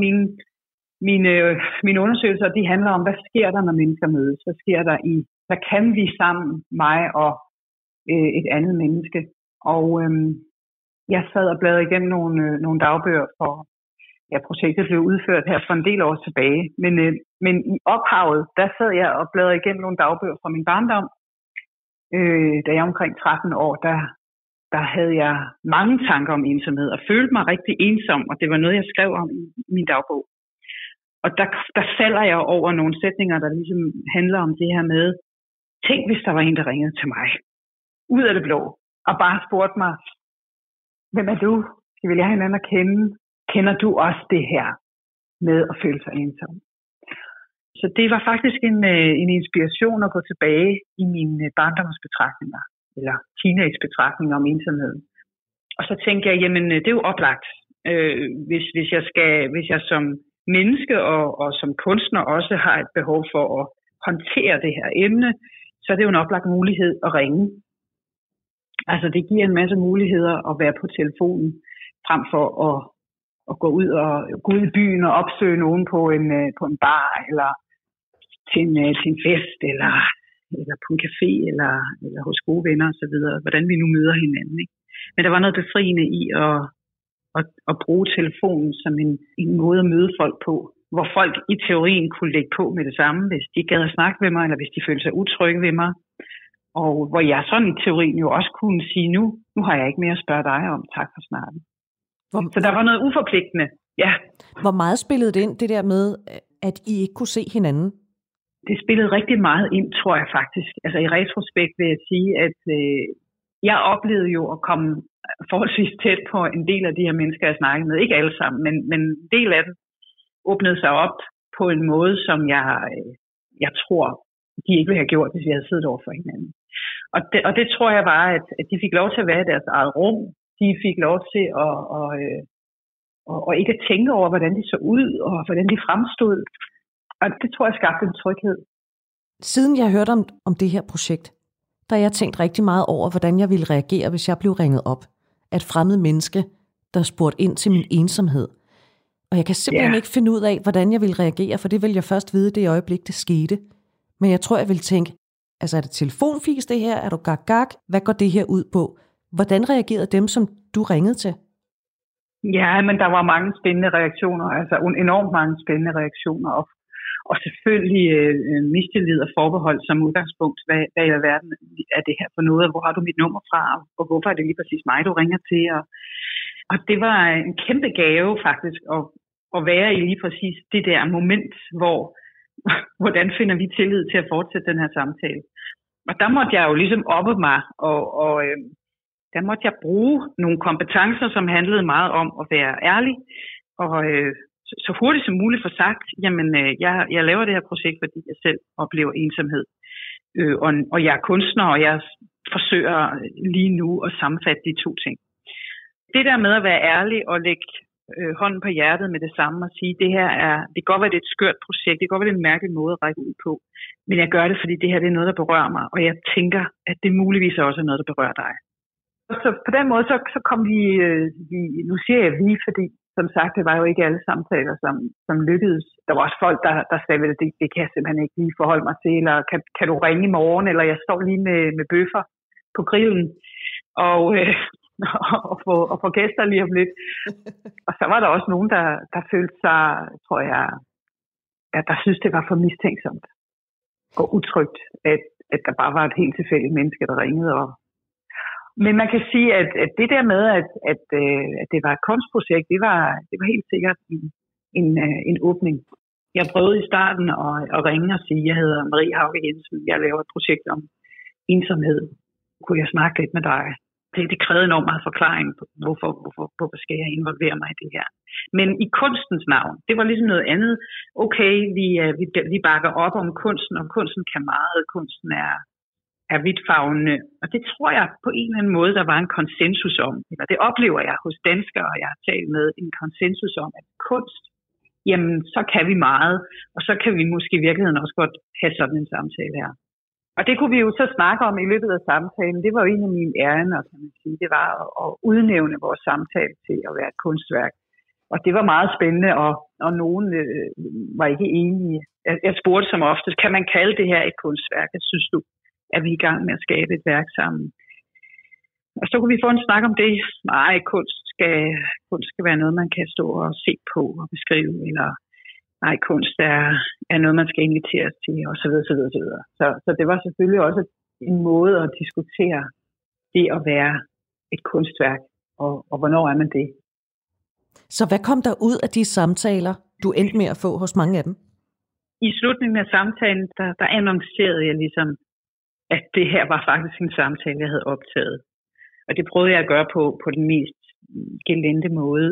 mine undersøgelser, de handler om, hvad sker der, når mennesker mødes? Hvad kan vi sammen, mig og et andet menneske. Og jeg sad og bladrede igennem nogle dagbøger for, projektet blev udført her for en del år tilbage. Men i ophavet, der sad jeg og bladrede igennem nogle dagbøger fra min barndom. Da jeg omkring 13 år, der havde jeg mange tanker om ensomhed og følte mig rigtig ensom, og det var noget, jeg skrev om i min dagbog. Og der falder jeg over nogle sætninger, der ligesom handler om det her med, tænk hvis der var en, der ringede til mig. Ud af det blå, og bare spurgte mig, hvem er du? Skal vi lære hinanden at kende? Kender du også det her med at føle sig ensom? Så det var faktisk en inspiration at gå tilbage i mine barndomsbetragtninger, eller teenagebetragtninger om ensomhed. Og så tænkte jeg, jamen det er jo oplagt. Hvis jeg som menneske og som kunstner også har et behov for at håndtere det her emne, så er det jo en oplagt mulighed at ringe. Altså det giver en masse muligheder at være på telefonen, frem for at gå ud i byen og opsøge nogen på en bar, eller til en fest, eller på en café, eller hos gode venner osv. Hvordan vi nu møder hinanden. Ikke? Men der var noget befriende i at bruge telefonen som en måde at møde folk på, hvor folk i teorien kunne lægge på med det samme, hvis de gad at snakke ved mig, eller hvis de følte sig utrygge ved mig. Og hvor jeg sådan i teorien jo også kunne sige, nu har jeg ikke mere at spørge dig om, tak for snakken. Så der var noget uforpligtende, ja. Hvor meget spillede det ind, det der med, at I ikke kunne se hinanden? Det spillede rigtig meget ind, tror jeg faktisk. Altså i retrospekt vil jeg sige, at jeg oplevede jo at komme forholdsvis tæt på en del af de her mennesker, jeg snakkede med. Ikke alle sammen, men en del af dem åbnede sig op på en måde, som jeg tror, de ikke ville have gjort, hvis vi havde siddet over for hinanden. Og det tror jeg bare, at de fik lov til at være i deres eget rum. De fik lov til at ikke at tænke over, hvordan de så ud, og hvordan de fremstod. Og det tror jeg skabte en tryghed. Siden jeg hørte om det her projekt, der har jeg tænkt rigtig meget over, hvordan jeg ville reagere, hvis jeg blev ringet op. At fremmed menneske der spurgte ind til min ensomhed. Og jeg kan simpelthen ikke finde ud af, hvordan jeg ville reagere, for det ville jeg først vide det øjeblik, det skete. Men jeg tror, jeg ville tænke, altså er det telefonfis det her? Er du gak? Hvad går det her ud på? Hvordan reagerede dem, som du ringede til? Ja, men der var mange spændende reaktioner, altså enormt mange spændende reaktioner, og selvfølgelig mistillid og forbehold som udgangspunkt. Hvad i verden er det her for noget, og hvor har du mit nummer fra, og hvorfor er det lige præcis mig, du ringer til? Og det var en kæmpe gave faktisk, at være i lige præcis det der moment, hvordan finder vi tillid til at fortsætte den her samtale. Og der måtte jeg jo ligesom oppe mig, og der måtte jeg bruge nogle kompetencer, som handlede meget om at være ærlig, og så hurtigt som muligt få sagt, jamen jeg laver det her projekt, fordi jeg selv oplever ensomhed. Og jeg er kunstner, og jeg forsøger lige nu at sammenfatte de to ting. Det der med at være ærlig og lægge hånden på hjertet med det samme og sige, det her det kan godt være, det er et skørt projekt, det kan godt være, det er en mærkelig måde at række ud på, men jeg gør det, fordi det her det er noget, der berører mig, og jeg tænker, at det muligvis også er noget, der berører dig. Så på den måde, så kom vi, nu siger jeg vi, fordi som sagt, det var jo ikke alle samtaler, som lykkedes. Der var også folk, der sagde, at det kan jeg simpelthen ikke lige forholde mig til, eller kan du ringe i morgen, eller jeg står lige med bøffer på grillen, og få gæster lige om lidt. Og så var der også nogen, der følte sig, tror jeg, at der synes det var for mistænksomt og utrygt, at der bare var et helt tilfældigt menneske, der ringede. Men man kan sige, at det der med, at det var et kunstprojekt, det var helt sikkert en åbning. Jeg prøvede i starten at ringe og sige, at jeg hedder Marie Hauge Jensen, jeg laver et projekt om ensomhed. Kunne jeg snakke lidt med dig? Det krævede enormt meget forklaring på, hvorfor skal jeg involvere mig i det her. Men i kunstens navn, det var ligesom noget andet. Okay, vi bakker op om kunsten, og kunsten kan meget. Kunsten er vidtfavnende. Og det tror jeg på en eller anden måde, der var en konsensus om. Eller det oplever jeg hos danskere, og jeg har talt med en konsensus om, at kunst, jamen så kan vi meget. Og så kan vi måske i virkeligheden også godt have sådan en samtale her. Og det kunne vi jo så snakke om i løbet af samtalen. Det var jo en af mine ærender, kan man sige. Det var at udnævne vores samtale til at være et kunstværk. Og det var meget spændende, og nogen var ikke enige. Jeg spurgte som oftest, kan man kalde det her et kunstværk? Jeg synes du, er vi i gang med at skabe et værk sammen? Og så kunne vi få en snak om det. Nej, kunst skal være noget, man kan stå og se på og beskrive, eller nej, kunst er noget, man skal inviteres til, og så videre, så videre, så videre. Så det var selvfølgelig også en måde at diskutere det at være et kunstværk, og hvornår er man det? Så hvad kom der ud af de samtaler, du endte med at få hos mange af dem? I slutningen af samtalen, der annoncerede jeg ligesom, at det her var faktisk en samtale, jeg havde optaget. Og det prøvede jeg at gøre på den mest gelente måde,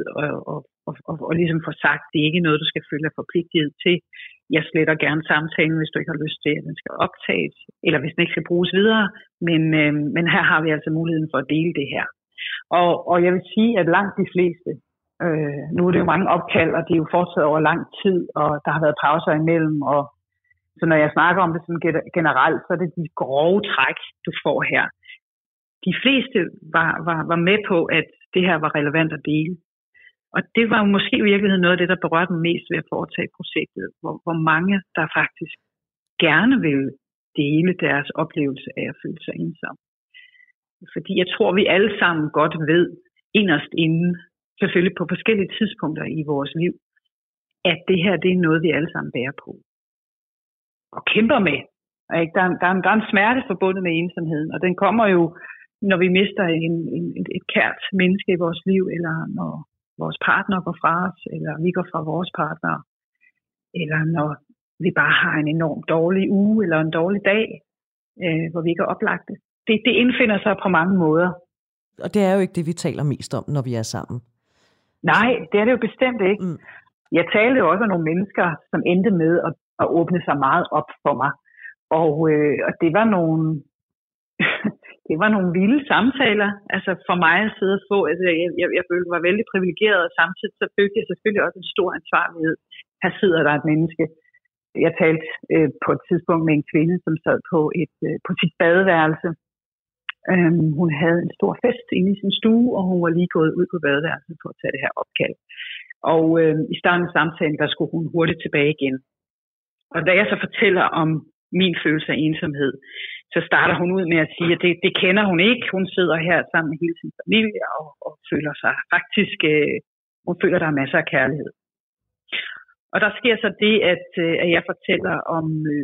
og ligesom få sagt, det er ikke noget, du skal føle dig forpligtet til. Jeg sletter gerne samtalen, hvis du ikke har lyst til, at den skal optages, eller hvis den ikke skal bruges videre. Men her har vi altså muligheden for at dele det her. Og jeg vil sige, at langt de fleste, nu er det jo mange opkald, og det er jo fortsat over lang tid, og der har været pauser imellem, og så når jeg snakker om det sådan generelt, så er det de grove træk, du får her. De fleste var med på, at det her var relevant at dele. Og det var måske i virkeligheden noget af det, der berørte mig mest ved at foretage projektet. Hvor mange, der faktisk gerne vil dele deres oplevelse af at føle sig ensom. Fordi jeg tror, vi alle sammen godt ved, inderst inden, selvfølgelig på forskellige tidspunkter i vores liv, at det her, det er noget, vi alle sammen bærer på. Og kæmper med. Der er en smerte forbundet med ensomheden, og den kommer jo, når vi mister et kært menneske i vores liv, eller når vores partner går fra os, eller vi går fra vores partner, eller når vi bare har en enormt dårlig uge, eller en dårlig dag, hvor vi ikke er oplagte. Det indfinder sig på mange måder. Og det er jo ikke det, vi taler mest om, når vi er sammen. Nej, det er det jo bestemt ikke. Mm. Jeg talte jo også om nogle mennesker, som endte med at åbne sig meget op for mig. Og det var nogle vilde samtaler. Altså for mig at sidde og få, altså jeg følte mig vældig privilegeret, og samtidig så følte jeg selvfølgelig også en stor ansvarlighed. Her sidder der et menneske. Jeg talte på et tidspunkt med en kvinde, som sad på sit badeværelse Hun havde en stor fest inde i sin stue, og hun var lige gået ud på badeværelset for at tage det her opkald. Og i starten af samtalen, der skulle hun hurtigt tilbage igen. Og da jeg så fortæller om min følelse af ensomhed, så starter hun ud med at sige, at det kender hun ikke. Hun sidder her sammen med hele sin familie og føler sig faktisk, hun føler, der er masser af kærlighed. Og der sker så det, at jeg fortæller om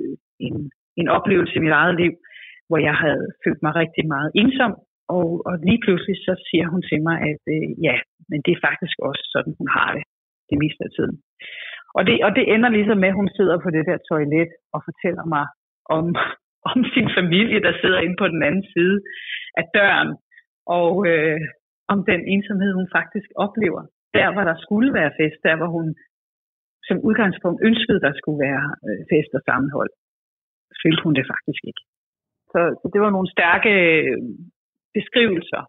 en oplevelse i mit eget liv, hvor jeg havde følt mig rigtig meget ensom. Og lige pludselig så siger hun til mig, at ja, men det er faktisk også sådan, hun har det meste af tiden. Og det ender ligesom med, at hun sidder på det der toilet og fortæller mig om sin familie, der sidder inde på den anden side af døren, og om den ensomhed, hun faktisk oplever. Der, hvor der skulle være fest, der, hvor hun som udgangspunkt ønskede, der skulle være fest og sammenhold, følte hun det faktisk ikke. Så det var nogle stærke beskrivelser.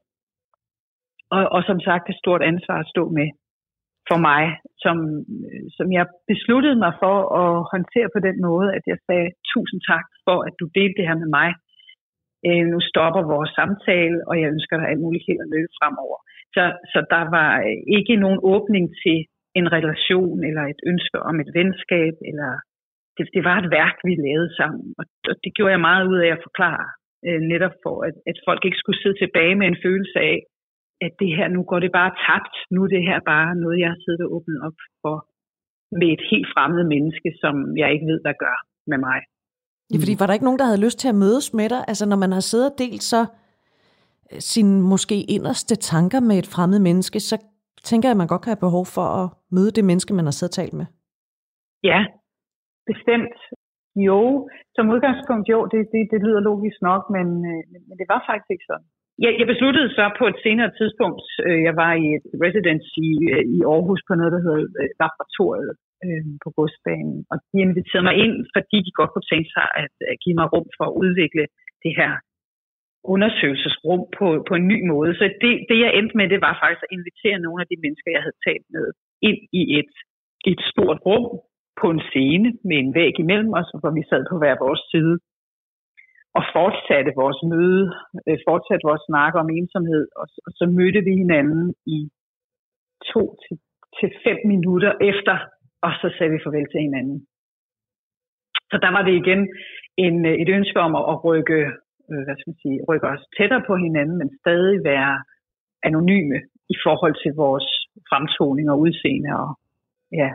Og som sagt, et stort ansvar at stå med for mig, som jeg besluttede mig for at håndtere på den måde, at jeg sagde, 1000 tak for, at du delte det her med mig. Nu stopper vores samtale, og jeg ønsker dig alt muligt held og lykke fremover. Så der var ikke nogen åbning til en relation, eller et ønske om et venskab, eller det var et værk, vi lavede sammen. Og det gjorde jeg meget ud af at forklare, netop for, at folk ikke skulle sidde tilbage med en følelse af, at det her, nu går det bare tabt. Nu er det her bare noget, jeg har siddet og åbnet op for med et helt fremmed menneske, som jeg ikke ved, hvad gør med mig. Ja, fordi var der ikke nogen, der havde lyst til at mødes med dig? Altså, når man har siddet og delt så sine måske inderste tanker med et fremmed menneske, så tænker jeg, at man godt kan have behov for at møde det menneske, man har siddet og talt med. Ja, bestemt. Jo, som udgangspunkt jo, det lyder logisk nok, men det var faktisk ikke sådan. Jeg besluttede så på et senere tidspunkt, jeg var i et residency i Aarhus på noget, der hedder Laboratoriet på Godsbanen, og de inviterede mig ind, fordi de godt kunne tænke sig at give mig rum for at udvikle det her undersøgelsesrum på en ny måde. Så det jeg endte med, det var faktisk at invitere nogle af de mennesker, jeg havde talt med, ind i et stort rum på en scene med en væg imellem os, hvor vi sad på hver vores side og fortsatte vores møde, fortsatte vores snak om ensomhed, og så mødte vi hinanden i 2 til 5 minutter efter, og så sagde vi farvel til hinanden. Så der var det igen et ønske om at rykke os tættere på hinanden, men stadig være anonyme i forhold til vores fremtoning og udseende. Og, ja.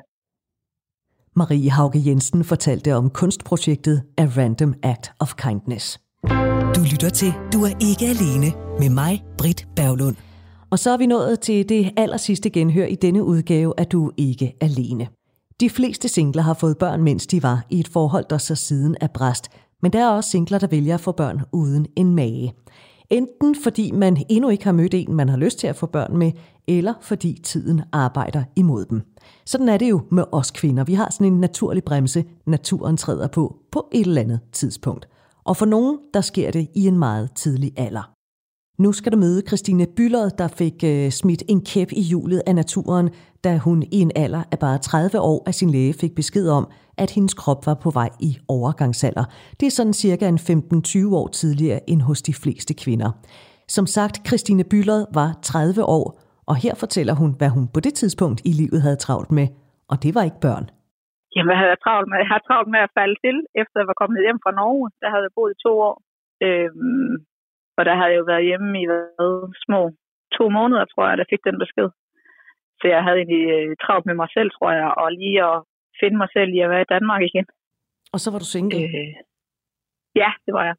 Marie Hauge Jensen fortalte om kunstprojektet A Random Act of Kindness. Du lytter til Du er ikke alene med mig, Britt Berglund. Og så er vi nået til det allersidste genhør i denne udgave af Du er ikke alene. De fleste singler har fået børn, mens de var i et forhold, der så siden er brast. Men der er også singler, der vælger at få børn uden en mage. Enten fordi man endnu ikke har mødt en, man har lyst til at få børn med, eller fordi tiden arbejder imod dem. Sådan er det jo med os kvinder. Vi har sådan en naturlig bremse, naturen træder på et eller andet tidspunkt. Og for nogen, der sker det i en meget tidlig alder. Nu skal du møde Christine Bülow, der fik smidt en kæp i hjulet af naturen, da hun i en alder af bare 30 år af sin læge fik besked om, at hendes krop var på vej i overgangsalder. Det er sådan cirka en 15-20 år tidligere end hos de fleste kvinder. Som sagt, Christine Bülow var 30 år, og her fortæller hun, hvad hun på det tidspunkt i livet havde travlt med, og det var ikke børn. Jamen, hvad havde jeg travlt med? Jeg havde travlt med at falde til, efter jeg var kommet hjem fra Norge. Der havde jeg boet i 2 år. Og der havde jeg jo været hjemme i små 2 måneder, tror jeg, da fik den besked. Så jeg havde egentlig travlt med mig selv, tror jeg, og lige at finde mig selv i at være i Danmark igen. Og så var du single? Ja, det var jeg.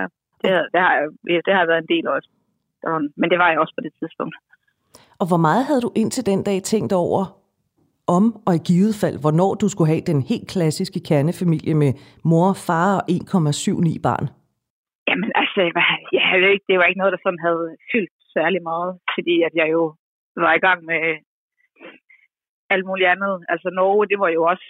Det har været en del også. Men det var jeg også på det tidspunkt. Og hvor meget havde du indtil den dag tænkt over, om og i givet fald, hvornår du skulle have den helt klassiske kernefamilie med mor, far og 1,79 barn? Jamen altså, det var ikke noget, der sådan havde fyldt særlig meget, fordi at jeg jo var i gang med alt muligt andet. Altså Norge, det var jo også,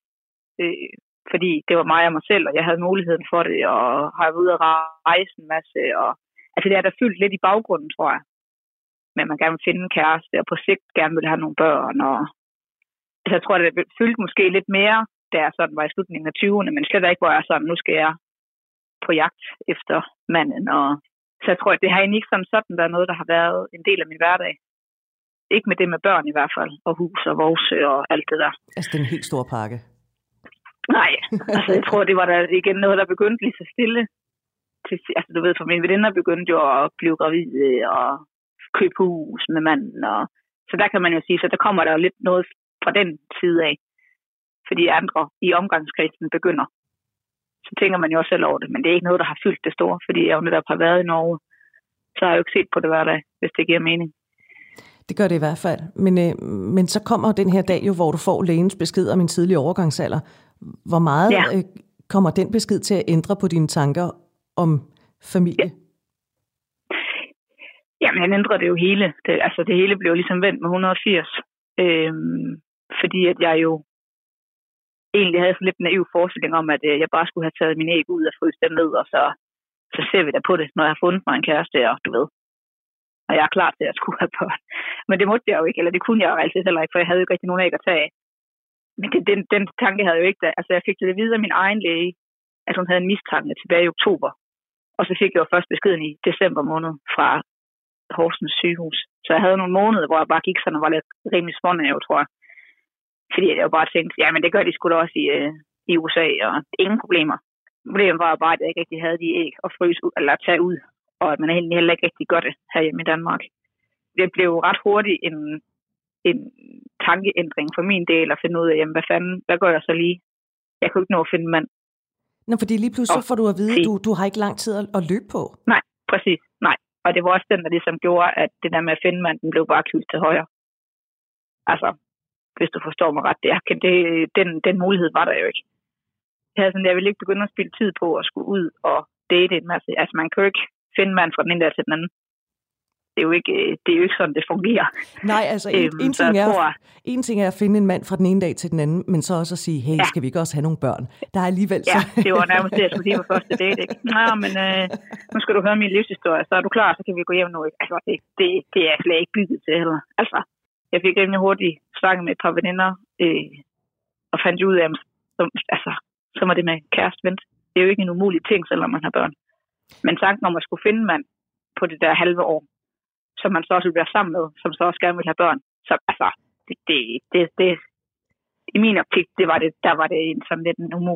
fordi det var mig og mig selv, og jeg havde muligheden for det, og har været ude at rejse en masse. Og, altså det er der fyldt lidt i baggrunden, tror jeg. Men man gerne vil finde en kæreste, og på sigt gerne vil have nogle børn. Og, altså jeg tror, det fyldte måske lidt mere, da jeg sådan var i slutningen af 20'erne, men slet ikke, hvor jeg sådan, nu skal jeg på jagt efter manden, og Så jeg tror, at det har egentlig ikke sådan været noget, der har været en del af min hverdag. Ikke med det med børn i hvert fald, og hus og vores og alt det der. Altså, det er en helt stor pakke. Nej, altså jeg tror, det var der igen noget, der begyndte lige så stille. Altså du ved, for mine veninder begyndte jo at blive gravide og købe hus med manden. Så der kan man jo sige, så der kommer der jo lidt noget fra den side af. Fordi andre i omgangskredsen begynder. Så tænker man jo også selv over det, men det er ikke noget, der har fyldt det store, fordi jeg jo netop har været i Norge. Så har jeg jo ikke set på det hver dag, hvis det giver mening. Det gør det i hvert fald. Men så kommer den her dag jo, hvor du får lægens besked om en tidlig overgangsalder. Hvor meget kommer den besked til at ændre på dine tanker om familie? Ja. Jamen, han ændrede det jo hele. Det hele blev ligesom vendt med 180. Fordi at jeg jo egentlig havde sådan lidt naiv forestilling om, at jeg bare skulle have taget mine æg ud og fryst dem ned, og så ser vi da på det, når jeg har fundet mig en kæreste, og du ved. Og jeg er klar til at skulle have børn. Men det måtte jeg jo ikke, eller det kunne jeg jo altid heller ikke, for jeg havde jo ikke rigtig nogen æg at tage af. Men den tanke havde jeg jo ikke da. Altså jeg fik det videre af min egen læge, at hun havde en mistanke tilbage i oktober. Og så fik jeg jo først beskeden i december måned fra Horsens sygehus. Så jeg havde nogle måneder, hvor jeg bare gik sådan og var lidt rimelig smånæve, tror jeg. Fordi jeg jo bare tænkte, ja, men det gør de sgu da også i USA, og ingen problemer. Problemet var bare, at jeg ikke rigtig havde de æg at fryse ud, eller tage ud, og at man heller ikke rigtig gør det herhjemme i Danmark. Det blev ret hurtigt en tankeændring for min del at finde ud af, jamen, hvad gør jeg så lige? Jeg kunne ikke nå at finde en mand. Nå, fordi lige pludselig får du at vide, at du har ikke lang tid at løbe på. Nej, præcis. Nej. Og det var også den, der ligesom gjorde, at det der med at finde mand, den blev bare kyldt til højre. Altså, hvis du forstår mig ret, den mulighed var der jo ikke. Jeg ville ikke begynde at spille tid på at skulle ud og date en masse. Altså, man kan jo ikke finde mand fra den ene dag til den anden. Det er jo ikke sådan, det fungerer. Nej, altså en ting er at finde en mand fra den ene dag til den anden, men så også at sige, hey, skal vi ikke også have nogle børn? Der er alligevel så... Ja, det var nærmest det, jeg skulle sige på første date, ikke? Nå, men nu skal du høre min livshistorie, så er du klar, så kan vi gå hjem nu, ikke? Altså, det er slet ikke bygget til heller. Altså, jeg fik rimelig hurtigt snakket med et par veninder, og fandt ud af, så var det med kærestevent. Det er jo ikke en umulig ting, selvom man har børn. Men tanken om at skulle finde en mand på det der halve år, som man så også vil være sammen med, som så også gerne vil have børn. Så altså, det i min optik, der var det en sådan lidt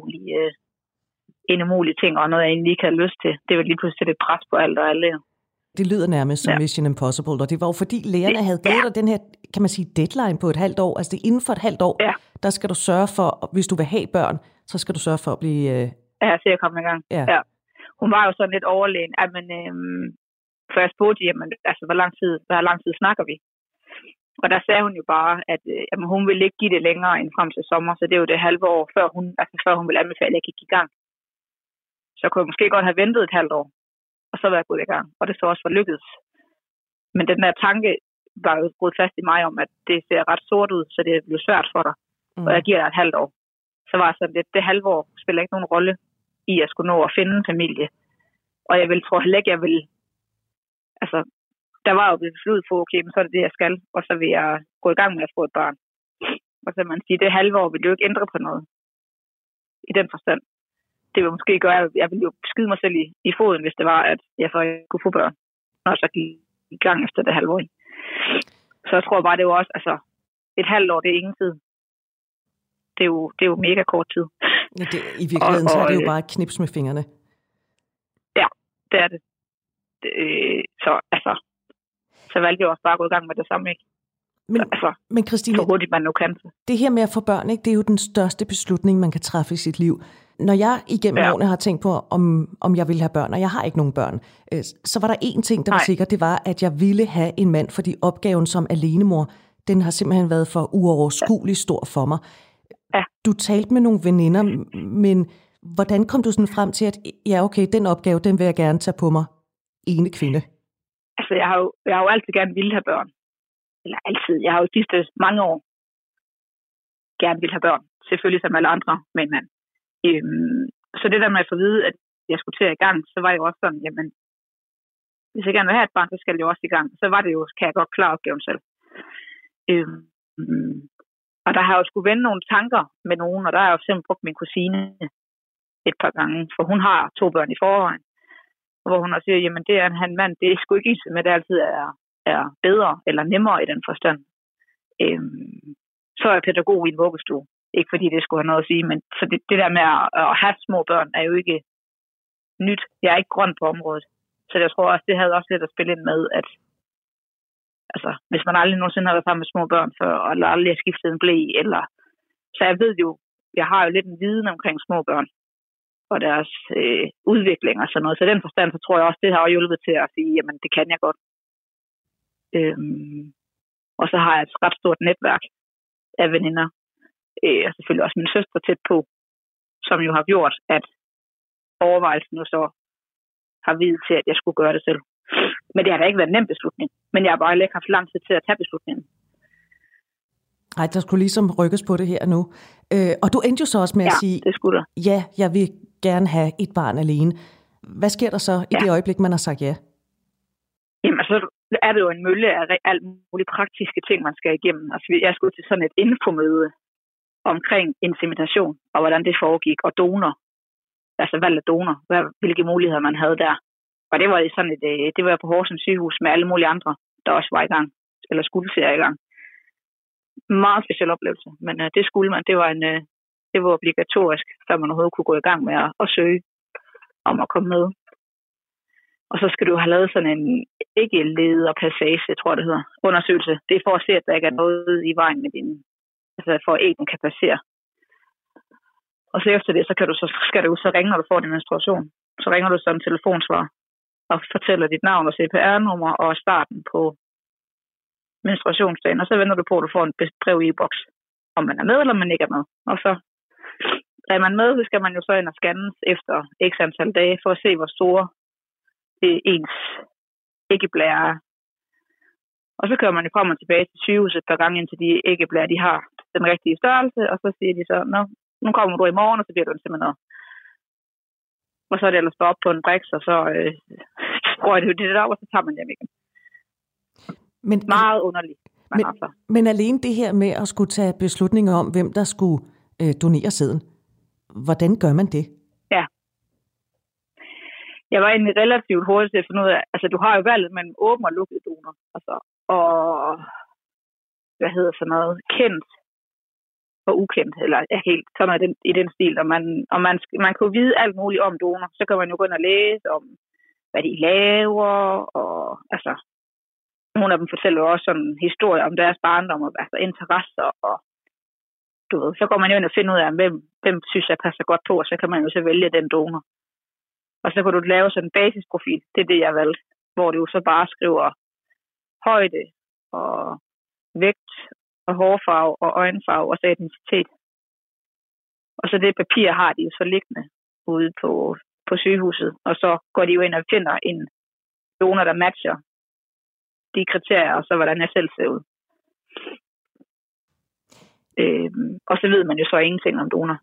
en umulig ting, og noget, jeg egentlig ikke havde lyst til. Det var lige pludselig sætte et pres på alt og alle. Det lyder nærmest som Mission Impossible, og det var jo fordi lægerne havde givet dig den her, kan man sige, deadline på et halvt år. Altså det er inden for et halvt år, der skal du sørge for, hvis du vil have børn, så skal du sørge for at blive... Ja, så jeg kom i gang. Ja. Hun var jo sådan lidt overlegen. For jeg spurgte, jamen, altså, hvor lang tid snakker vi? Og der sagde hun jo bare, at hun ville ikke give det længere end frem til sommer, så det er jo det halve år, før hun ville anbefale, at jeg gik i gang. Så kunne jeg måske godt have ventet et halvt år, og så være gået i gang. Og det så også var lykkedes. Men den der tanke var jo gået fast i mig om, at det ser ret sort ud, så det bliver svært for dig. Og jeg giver dig et halvt år. Så var sådan lidt, det halve år spiller ikke nogen rolle i at skulle nå at finde en familie. Og jeg tror heller ikke, jeg vil... Altså, der var jo blevet besluttet for, okay, men så er det det, jeg skal, og så vil jeg gå i gang med at få et barn. Og så man sige, det halve år vil jo ikke ændre på noget. I den forstand. Det vil måske gøre, at jeg ville jo skyde mig selv i foden, hvis det var, at jeg så kunne få børn, når jeg så gik i gang efter det halve år. Så jeg tror bare, det var også, altså, et halvt år, det er ingen tid. Det er jo mega kort tid. Ja, i virkeligheden, så er det jo bare et knips med fingrene. Ja, det er det. Så valgte jeg også bare at gå i gang med det samme, ikke? Men Christine, så hurtigt man nu kan. Det her med at få børn, ikke, det er jo den største beslutning, man kan træffe i sit liv. Når jeg igennem årene har tænkt på, om jeg ville have børn, og jeg har ikke nogen børn, så var der én ting, der var sikkert, det var, at jeg ville have en mand, fordi opgaven som alenemor, den har simpelthen været for uoverskuelig stor for mig. Ja. Du talte med nogle veninder, men hvordan kom du sådan frem til, at ja, okay, den opgave, den vil jeg gerne tage på mig, ene kvinde? Altså, jeg har jo altid gerne ville have børn. Eller altid. Jeg har jo sidste mange år gerne ville have børn. Selvfølgelig som alle andre med en mand. Så det der med at få at vide, at jeg skulle til i gang, så var jeg jo også sådan, jamen, hvis jeg gerne vil have et barn, så skal jeg jo også i gang. Så var det jo, kan jeg godt klare opgaven selv. Og der har jeg jo skulle vende nogle tanker med nogen, og der har jeg jo simpelthen brugt min kusine et par gange, for hun har 2 børn i forvejen. hvor hun også siger, jamen det er en mand, det er sgu ikke ens med, at det altid er bedre eller nemmere i den forstand. Så er jeg pædagog i en vuggestue. Ikke fordi det skulle have noget at sige, men så det der med at have små børn er jo ikke nyt. Jeg er ikke grøn på området. Så jeg tror også, det havde også lidt at spille ind med, at altså, hvis man aldrig nogensinde har været sammen med små børn før, eller aldrig har skiftet en ble, eller så jeg ved jo, jeg har jo lidt en viden omkring små børn og deres udvikling og sådan noget. Så i den forstand, så tror jeg også, det har hjulpet til at sige, jamen det kan jeg godt. Og så har jeg et ret stort netværk af veninder, og selvfølgelig også min søster tæt på, som jo har gjort, at overvejelsen jo så har videt til, at jeg skulle gøre det selv. Men det har da ikke været en nem beslutning. Men jeg har bare ikke haft lang tid til at tage beslutningen. Nej, der skulle ligesom rykkes på det her nu. Og du endte jo så også med at sige, det skulle der. Ja, jeg vil gerne have et barn alene. Hvad sker der så i det øjeblik, man har sagt ja? Jamen, så er det jo en mølle af alt mulige praktiske ting, man skal igennem. Altså, jeg skulle til sådan et infomøde omkring insemination, og hvordan det foregik, og donor. Altså valg af donor, hvilke muligheder man havde der. Og det var sådan det var på Horsens sygehus med alle mulige andre, der også var i gang, eller skulle se i gang. Meget speciel oplevelse, men det skulle man. Det var obligatorisk, før man overhovedet kunne gå i gang med at søge om at komme med. Og så skal du have lavet sådan en ikke-lederpassage, tror jeg det hedder, undersøgelse. Det er for at se, at der ikke er noget i vejen med din, altså for at æggen kan passere. Og så efter det, skal du så ringe, når du får din menstruation. Så ringer du som telefonsvar og fortæller dit navn og CPR-nummer og starten på menstruationsdagen. Og så venter du på, at du får en brev i boks, om man er med eller man ikke er med. Og så er man med, så skal man jo så ind og scannes efter x antal dage for at se, hvor store ens æggeblære er. Og så kører man jo frem og tilbage til sygehuset et par gange, indtil de æggeblære, de har den rigtige størrelse, og så siger de så, nu kommer du i morgen, og så bliver du insemineret. Og så er det ellers op på en briks, og så sprøjer det jo det der, og så tager man hjem igen. Men, meget underligt. Men alene det her med at skulle tage beslutninger om, hvem der skulle donere sæden, hvordan gør man det? Ja. Jeg var egentlig relativt hurtigt til at finde ud af, altså du har jo valget mellem åben og lukket donor, altså, og hvad hedder sådan noget, kendt og ukendt, eller helt sådan noget i den stil, og man kan jo vide alt muligt om donor, så kan man jo gå ind og læse om, hvad de laver, og altså, nogle af dem fortæller jo også sådan historier om deres barndom, og altså interesser, og du ved, så går man jo ind og finder ud af, hvem synes jeg passer godt på, og så kan man jo så vælge den donor. Og så kan du lave sådan en basisprofil, det er det, jeg valgte, hvor du så bare skriver højde, og vægt, og hårfarve, og øjenfarve, og så etnicitet. Og så det papir har de jo så liggende ude på sygehuset, og så går de jo ind og finder en donor, der matcher de kriterier, og så hvordan jeg selv ser ud. Og så ved man jo så ingenting om donor.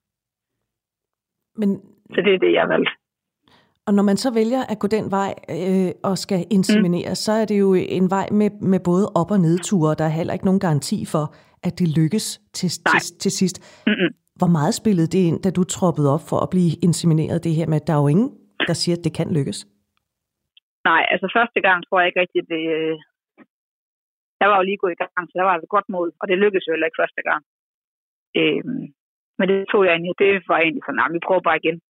Så det er det, jeg valgte. Og når man så vælger at gå den vej og skal inseminere, så er det jo en vej med både op- og nedture, og der er heller ikke nogen garanti for, at det lykkes til sidst. Mm-mm. Hvor meget spillede det ind, da du troppede op for at blive insemineret, det her med, at der er jo ingen, der siger, at det kan lykkes? Nej, altså første gang tror jeg ikke rigtigt, det... Jeg var jo lige gået i gang, så der var et godt mod, og det lykkedes jo heller ikke første gang. Men det tog jeg egentlig, det var egentlig sådan, vi prøver bare igen.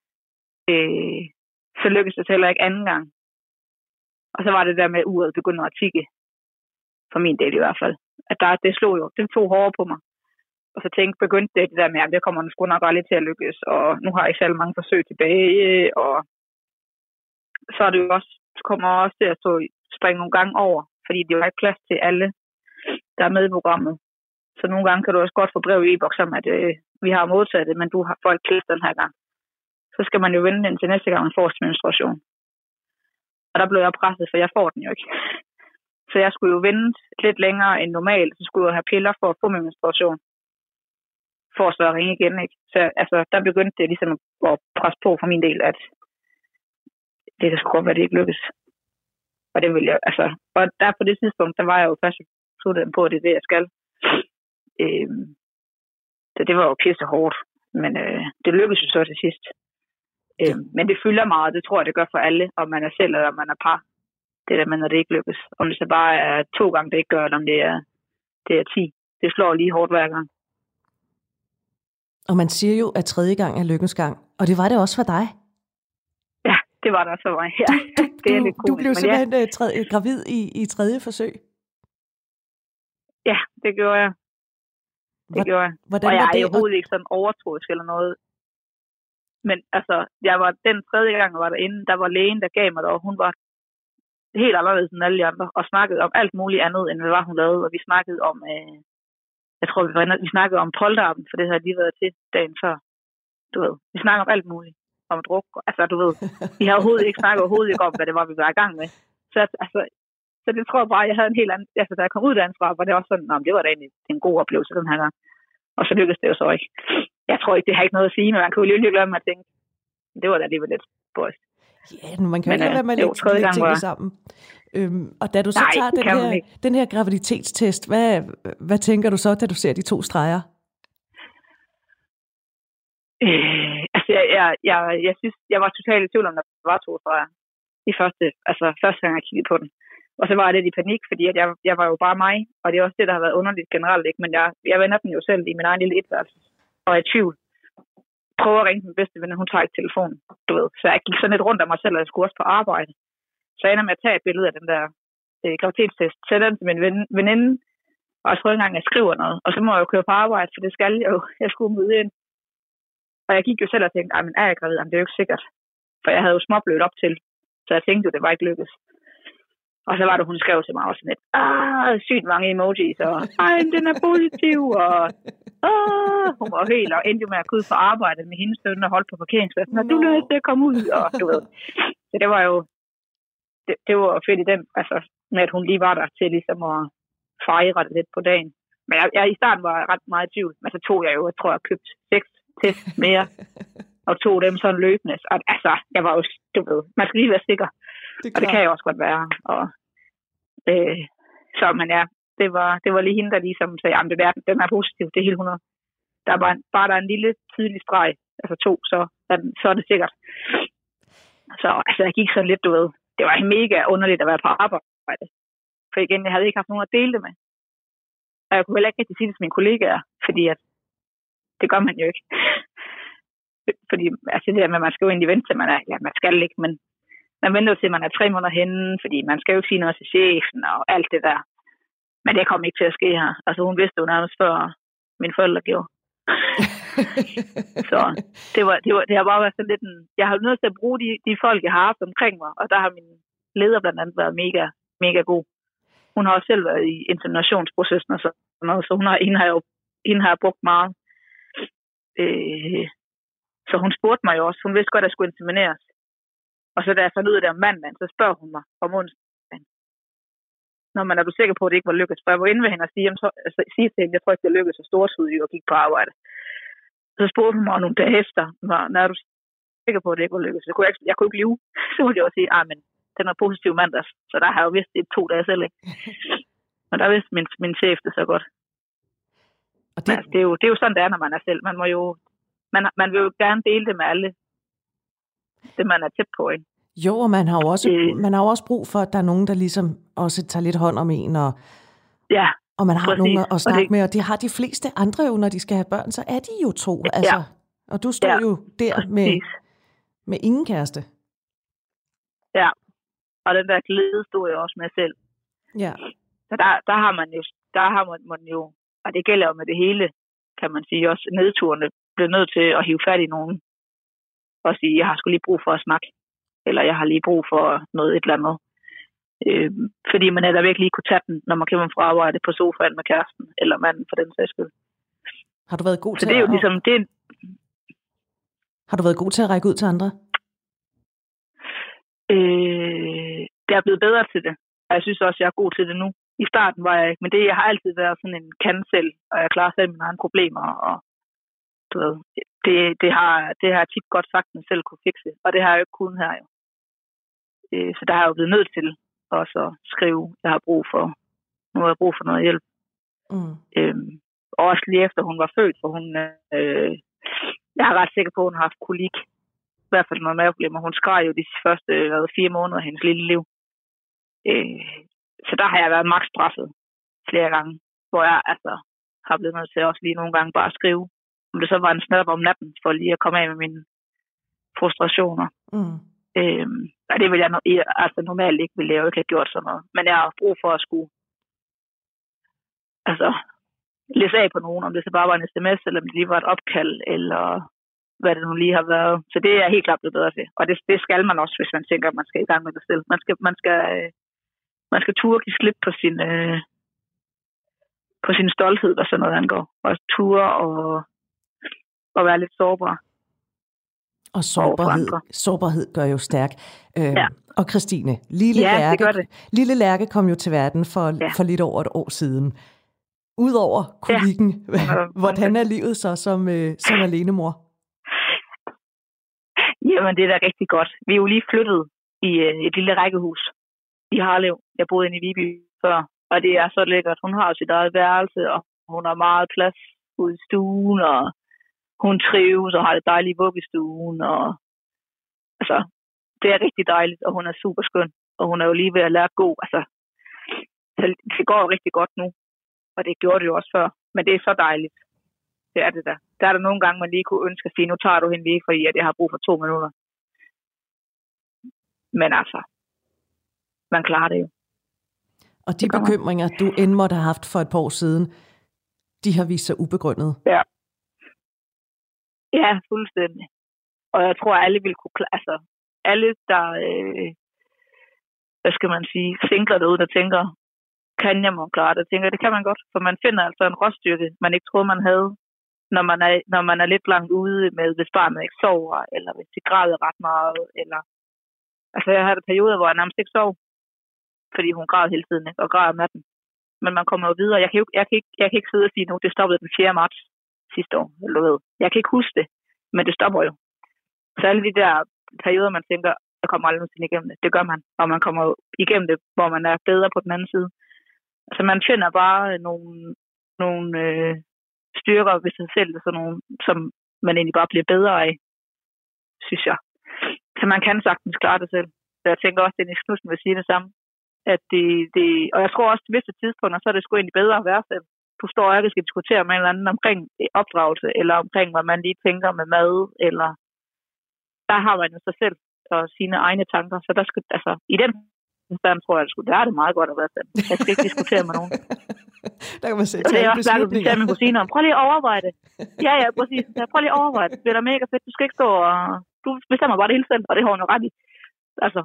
Så lykkedes det heller ikke anden gang. Og så var det der med, at uret begyndte at tikke. For min del i hvert fald. At det slog jo, det tog hårdere på mig. Og så begyndte det der med, at det kommer sgu nok aldrig til at lykkes. Og nu har jeg selv mange forsøg tilbage. Og så er det jo også, kommer også til at springe nogle gange over. Fordi det jo ikke plads til alle, der er med i programmet. Så nogle gange kan du også godt få brev i e-boks om, at vi har modtaget det, men du har folk klædt den her gang. Så skal man jo vente indtil næste gang, man får sin menstruation. Og der blev jeg presset, for jeg får den jo ikke. Så jeg skulle jo vente lidt længere end normalt, så skulle jeg have piller for at få min menstruation. For så at ringe igen, ikke? Så altså, der begyndte det ligesom at presse på for min del, at det der skulle godt være, det ikke lykkes. Og det ville jeg, altså, og der på det tidspunkt, der var jeg jo først besluttet på, at det er det, jeg skal. Så det var jo pisse hårdt, men det lykkedes jo så til sidst. Men det fylder meget, det tror jeg, det gør for alle, om man er selv eller om man er par. Det der med, når det ikke lykkes. Om det så bare er 2 gange, det ikke gør, eller om det er 10. Det slår lige hårdt hver gang. Og man siger jo, at 3. gang er lykkens gang. Og det var det også for dig. Ja, det var det også for mig. Ja, det er lidt du blev simpelthen gravid i 3. forsøg. Ja, det gjorde jeg. Gjorde jeg. Hvordan og jeg var det? Er overhovedet ikke sådan overtroisk eller noget. Men altså, jeg var den 3. gang, jeg var derinde, der var lægen, der gav mig det, og hun var helt anderledes end alle de andre, og snakkede om alt muligt andet, end hvad hun lavede. Og vi snakkede om, jeg tror, vi snakkede om polterappen, for det havde lige været til dagen før. Du ved, vi snakkede om alt muligt. Om druk. Altså, du ved, vi havde overhovedet ikke om, hvad det var, vi var i gang med. Så det tror jeg bare, jeg havde en helt anden... Altså, da jeg kom ud derfra, var det også sådan, det var da egentlig en god oplevelse den her gang. Og så lykkedes det jo så ikke. Jeg tror ikke, det har ikke noget at sige, men man kan jo lige glemme at tænke, det var da alligevel lidt spøjst. Ja, man kan jo ikke være med lidt ting sammen. Og da du så tager den her graviditetstest, hvad tænker du så, da du ser de 2 streger? Altså, jeg synes, jeg var totalt i tvivl om, der var 2 streger. Første gang jeg kiggede på den. Og så var jeg lidt i panik, fordi at jeg var jo bare mig, og det er også det, der har været underligt generelt, ikke? Men jeg vender den jo selv i min egen lille etværelse, og er i tvivl. Prøver at ringe til min bedste ven, hun tager ikke telefonen, du ved. Så jeg gik sådan lidt rundt af mig selv, og jeg skulle også på arbejde. Så jeg ender med at tage et billede af den der graviditetstest, sætter den til min veninde, og jeg tror ikke engang, jeg skriver noget. Og så må jeg jo køre på arbejde, for det skal jeg jo. Jeg skulle møde ind. Og jeg gik jo selv og tænkte, men er jeg gravid? Det er jo ikke sikkert. For jeg havde jo småblødt op til, så jeg tænkte jo, det var ikke lykkes. Og så var det, hun skrev til mig også sådan lidt, sygt mange emojis, og den er positiv, og hun var helt, og endte med at gå ud på arbejde med hendes søn og holde på parkeringspladsen, og du nødt til at komme ud, og du ved. Så det var jo, det var fedt i den, altså med at hun lige var der til ligesom at fejre det lidt på dagen. Men jeg i starten var ret meget i tvivl, men så tog jeg jo, jeg tror jeg købte 6 test mere, og tog dem sådan løbende. Og, altså, jeg var jo, du ved, man skal lige være sikker. Og det kan jeg også godt være. Og, så, men ja, det var lige hende, der ligesom sagde, at den er positiv, det er helt 100. Der var bare der er en lille tydelig streg, altså 2, så er det sikkert. Så altså, jeg gik sådan lidt, du ved, det var mega underligt at være på arbejde. For igen, jeg havde ikke haft nogen at dele det med. Og jeg kunne heller ikke rigtig sige det til mine kollegaer, fordi at det gør man jo ikke. Fordi altså det der med, at man skal jo egentlig vente til, man skal ikke, men man venter jo til, at man er 3 måneder henne, fordi man skal jo ikke sige noget til chefen og alt det der. Men det kom ikke til at ske her. Altså hun vidste jo nærmest før mine forældre gjorde. Så det har bare været sådan lidt jeg har nødt til at bruge de folk, jeg har haft omkring mig, og der har min leder blandt andet været mega, mega god. Hun har også selv været i inseminationsprocessen og sådan noget, så hende har jeg brugt meget. Så hun spurgte mig jo også, hun vidste godt, at jeg skulle insemineres. Og så da jeg fandt ud af det om mandagen, så spørger hun mig om onsdagen. Når man er du sikker på, at det ikke var lykkedes? For jeg var inde ved hende og sige til hende, jeg tror ikke, det lykkedes så stortudig og gik på arbejde. Så spurgte hun mig nogle dage efter, når er du sikker på, at det ikke var lykkedes? Jeg kunne ikke lyve. Så ville jeg også sige, men den er positiv mandags. Så der har jeg jo vidst det 2 dage selv, ikke? Og der vidste min chef det så godt. Og det er jo sådan, det er, når man er selv. Man må jo man vil jo gerne dele det med alle, det man er tæt på, ikke? Jo, og man har jo også brug for, at der er nogen, der ligesom også tager lidt hånd om en, og man har nogen at snakke med, og det har de fleste andre jo, når de skal have børn, så er de jo 2, altså. Og du står jo der med ingen kæreste. Ja, og den der glæde stod jeg også med selv. Ja. Så der har man jo, og det gælder jo med det hele, kan man sige, også nedturene bliver nødt til at hive fat i nogen og sige, jeg har sgu lige brug for at snakke, eller jeg har lige brug for noget et eller andet. Fordi man er der virkelig lige kunne tage den, når man kommer fra arbejde på sofaen med kæresten, eller manden for den sags skyld. Har du været god til det er jo ligesom, Har du været god til at række ud til andre? Det er blevet bedre til det, og jeg synes også, jeg er god til det nu. I starten var jeg ikke, men jeg har altid været sådan en kan-selv, og jeg klarer selv mine egne problemer, og du ved, det har jeg tit godt sagt, at selv kunne fikse, og det har jeg jo ikke kun her jo. Så der har jeg jo blevet nødt til også at skrive, nu har jeg brug for noget hjælp. Og også lige efter hun var født, for hun, jeg er ret sikker på, at hun har haft kolik hvert fald noget maveproblemer. Hun skreg jo de første 4 måneder af hendes lille liv. Så der har jeg været maks straffet flere gange, hvor jeg altså har blevet nødt til også lige nogle gange bare at skrive, om det så var en snap om natten, for lige at komme af med mine frustrationer. Og det vil jeg altså normalt ikke ville jeg ikke have gjort sådan noget. Men jeg har brug for at skulle læse af på nogen, om det så bare var en sms, eller om det lige var et opkald, eller hvad det nu lige har været. Så det er jeg helt klart blevet bedre til. Og det skal man også, hvis man tænker, at man skal i gang med det selv. Man skal turde give slip på sin stolthed, hvad sådan noget angår. Og turde og være lidt sårbar. Og sårbarhed gør jo stærk. Ja. Og Christine, Lille Lærke kom jo til verden for lidt over et år siden. Udover kolikken, hvordan er livet så som alenemor? Jamen, det er da rigtig godt. Vi er jo lige flyttet i et lille rækkehus i Harlev. Jeg boede inde i Viby før, og det er så lækkert. Hun har jo sit eget værelse, og hun har meget plads ude i stuen, og hun trives og har det dejligt i vuggestuen. Og, altså, det er rigtig dejligt, og hun er super skøn. Og hun er jo lige ved at lære at gå. Altså, det går jo rigtig godt nu, og det gjorde det jo også før. Men det er så dejligt. Det er det der. Der er der nogle gange, man lige kunne ønske at sige, nu tager du hende lige, fordi at jeg har brug for 2 minutter. Men altså, man klarer det jo. Og de bekymringer, du end måtte have haft for et par år siden, de har vist sig ubegrundet. Ja. Ja, fuldstændig. Og jeg tror, at alle vil kunne klare, altså alle, der, hvad skal man sige, singler derude, der tænker, kan jeg må klare det, tænker, det kan man godt, for man finder altså en råstyrke, man ikke troede, man havde, når man er lidt langt ude med, hvis barnet ikke sover, eller hvis det græder ret meget, eller, altså jeg havde perioder, hvor jeg nærmest ikke sov, fordi hun græd hele tiden, ikke? Og græd om natten. Men man kommer jo videre. Jeg kan ikke sidde og sige nu, det stoppede den 4. marts sidste år, eller du ved. Jeg kan ikke huske det, men det stopper jo. Så alle de der perioder, man tænker, jeg kommer aldrig nogensinde igennem det. Det gør man, og man kommer igennem det, hvor man er bedre på den anden side. Altså man finder bare nogle styrker ved sig selv, sådan nogle, som man egentlig bare bliver bedre af, synes jeg. Så man kan sagtens klare det selv. Så jeg tænker også, at Dennis Knudsen vil sige det samme. At og jeg tror også, til visse tidspunkter, så er det sgu egentlig bedre at være selv. Du står og skal diskutere med en eller anden omkring opdragelse, eller omkring, hvad man lige tænker med mad, eller der har man jo sig selv og sine egne tanker. Så der skal, altså, i den stand tror jeg, der er det meget godt at være selv. Jeg skal ikke diskutere med nogen. Der kan man sætte det er også klart, at du siger med kusiner om, prøv lige at overveje det. Ja, præcis. Prøv lige at overveje det. Det bliver da mega fedt. Du skal ikke stå og... Du bestemmer bare det hele selv, og det har hun jo ret i. Altså,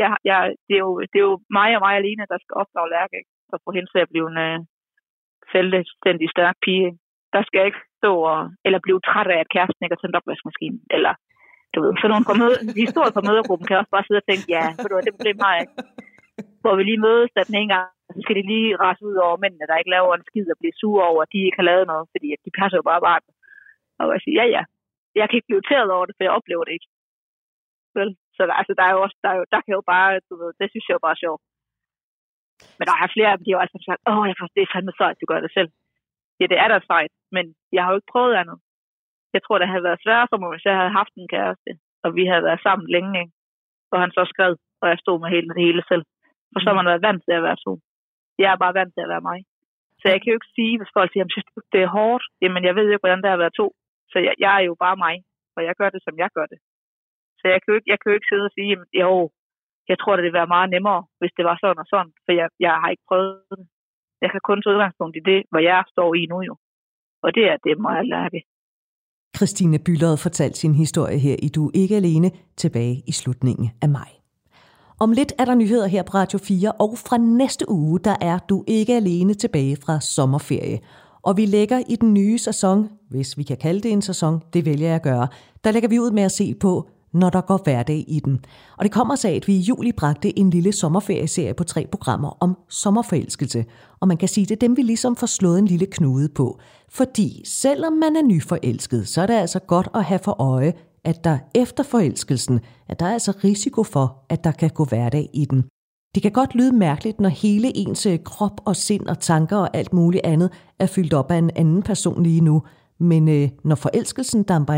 det er jo mig og mig alene, der skal opdrage Lærke, ikke? Og få hende til at blive en selvstændig stærk pige. Der skal jeg ikke stå eller blive træt af, at kæresten ikke har tændt opvaskemaskinen. Eller, du ved, så nogle historier fra mødergruppen kan også bare sidde og tænke, ja, det problem har jeg ikke. Hvor vi lige mødes den ene gang, så skal de lige rase ud over mændene, der ikke laver en skid og bliver sure over, at de ikke har lavet noget, fordi at de passer jo bare barnet. Og jeg siger, ja, jeg kan ikke blive irriteret over det, for jeg oplever det ikke. Vel? Så der er jo også, der kan jo bare, du ved, det synes jeg jo bare er sjovt. Men der er flere af dem, de har jo altså sagt, det er fandme sejt, du gør det selv. Ja, det er da sejt, men jeg har jo ikke prøvet andet. Jeg tror, det havde været sværere for mig, hvis jeg havde haft en kæreste, og vi havde været sammen længe, ikke? Og han så skrev, og jeg stod med det hele selv. Og så har man været vant til at være 2. Jeg er bare vant til at være mig. Så jeg kan jo ikke sige, hvis folk siger, synes du, det er hårdt? Jamen, jeg ved jo ikke, hvordan det er at være 2. Så jeg er jo bare mig, og jeg gør det, som jeg gør det. Så jeg kan jo ikke sidde og sige, jo, jeg tror, det ville være meget nemmere, hvis det var sådan og sådan, for jeg har ikke prøvet det. Jeg kan kun tage udgangspunkt i det, hvor jeg står i nu jo. Og det er det, må jeg lære. Christine Bülow fortalte sin historie her i Du er ikke alene tilbage i slutningen af maj. Om lidt er der nyheder her på Radio 4, og fra næste uge, der er Du ikke alene tilbage fra sommerferie. Og vi lægger i den nye sæson, hvis vi kan kalde det en sæson, det vælger jeg at gøre, der lægger vi ud med at se på, når der går hverdag i den. Og det kommer så af, at vi i juli bragte en lille sommerferieserie på 3 programmer om sommerforelskelse. Og man kan sige, det er dem, vi ligesom får slået en lille knude på. Fordi selvom man er nyforelsket, så er det altså godt at have for øje, at der efter forelskelsen, at der er altså risiko for, at der kan gå hverdag i den. Det kan godt lyde mærkeligt, når hele ens krop og sind og tanker og alt muligt andet er fyldt op af en anden person lige nu. Men når forelskelsen damper af,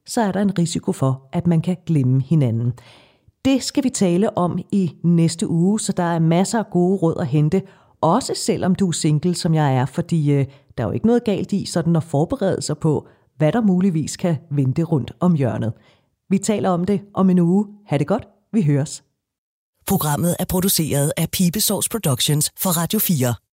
så er der en risiko for, at man kan glemme hinanden. Det skal vi tale om i næste uge, så der er masser af gode råd at hente, også selvom du er single, som jeg er, fordi der er jo ikke noget galt i sådan at forberede sig på, hvad der muligvis kan vente rundt om hjørnet. Vi taler om det om en uge. Ha' det godt. Vi høres. Programmet er produceret af Pibesovs Productions for Radio 4.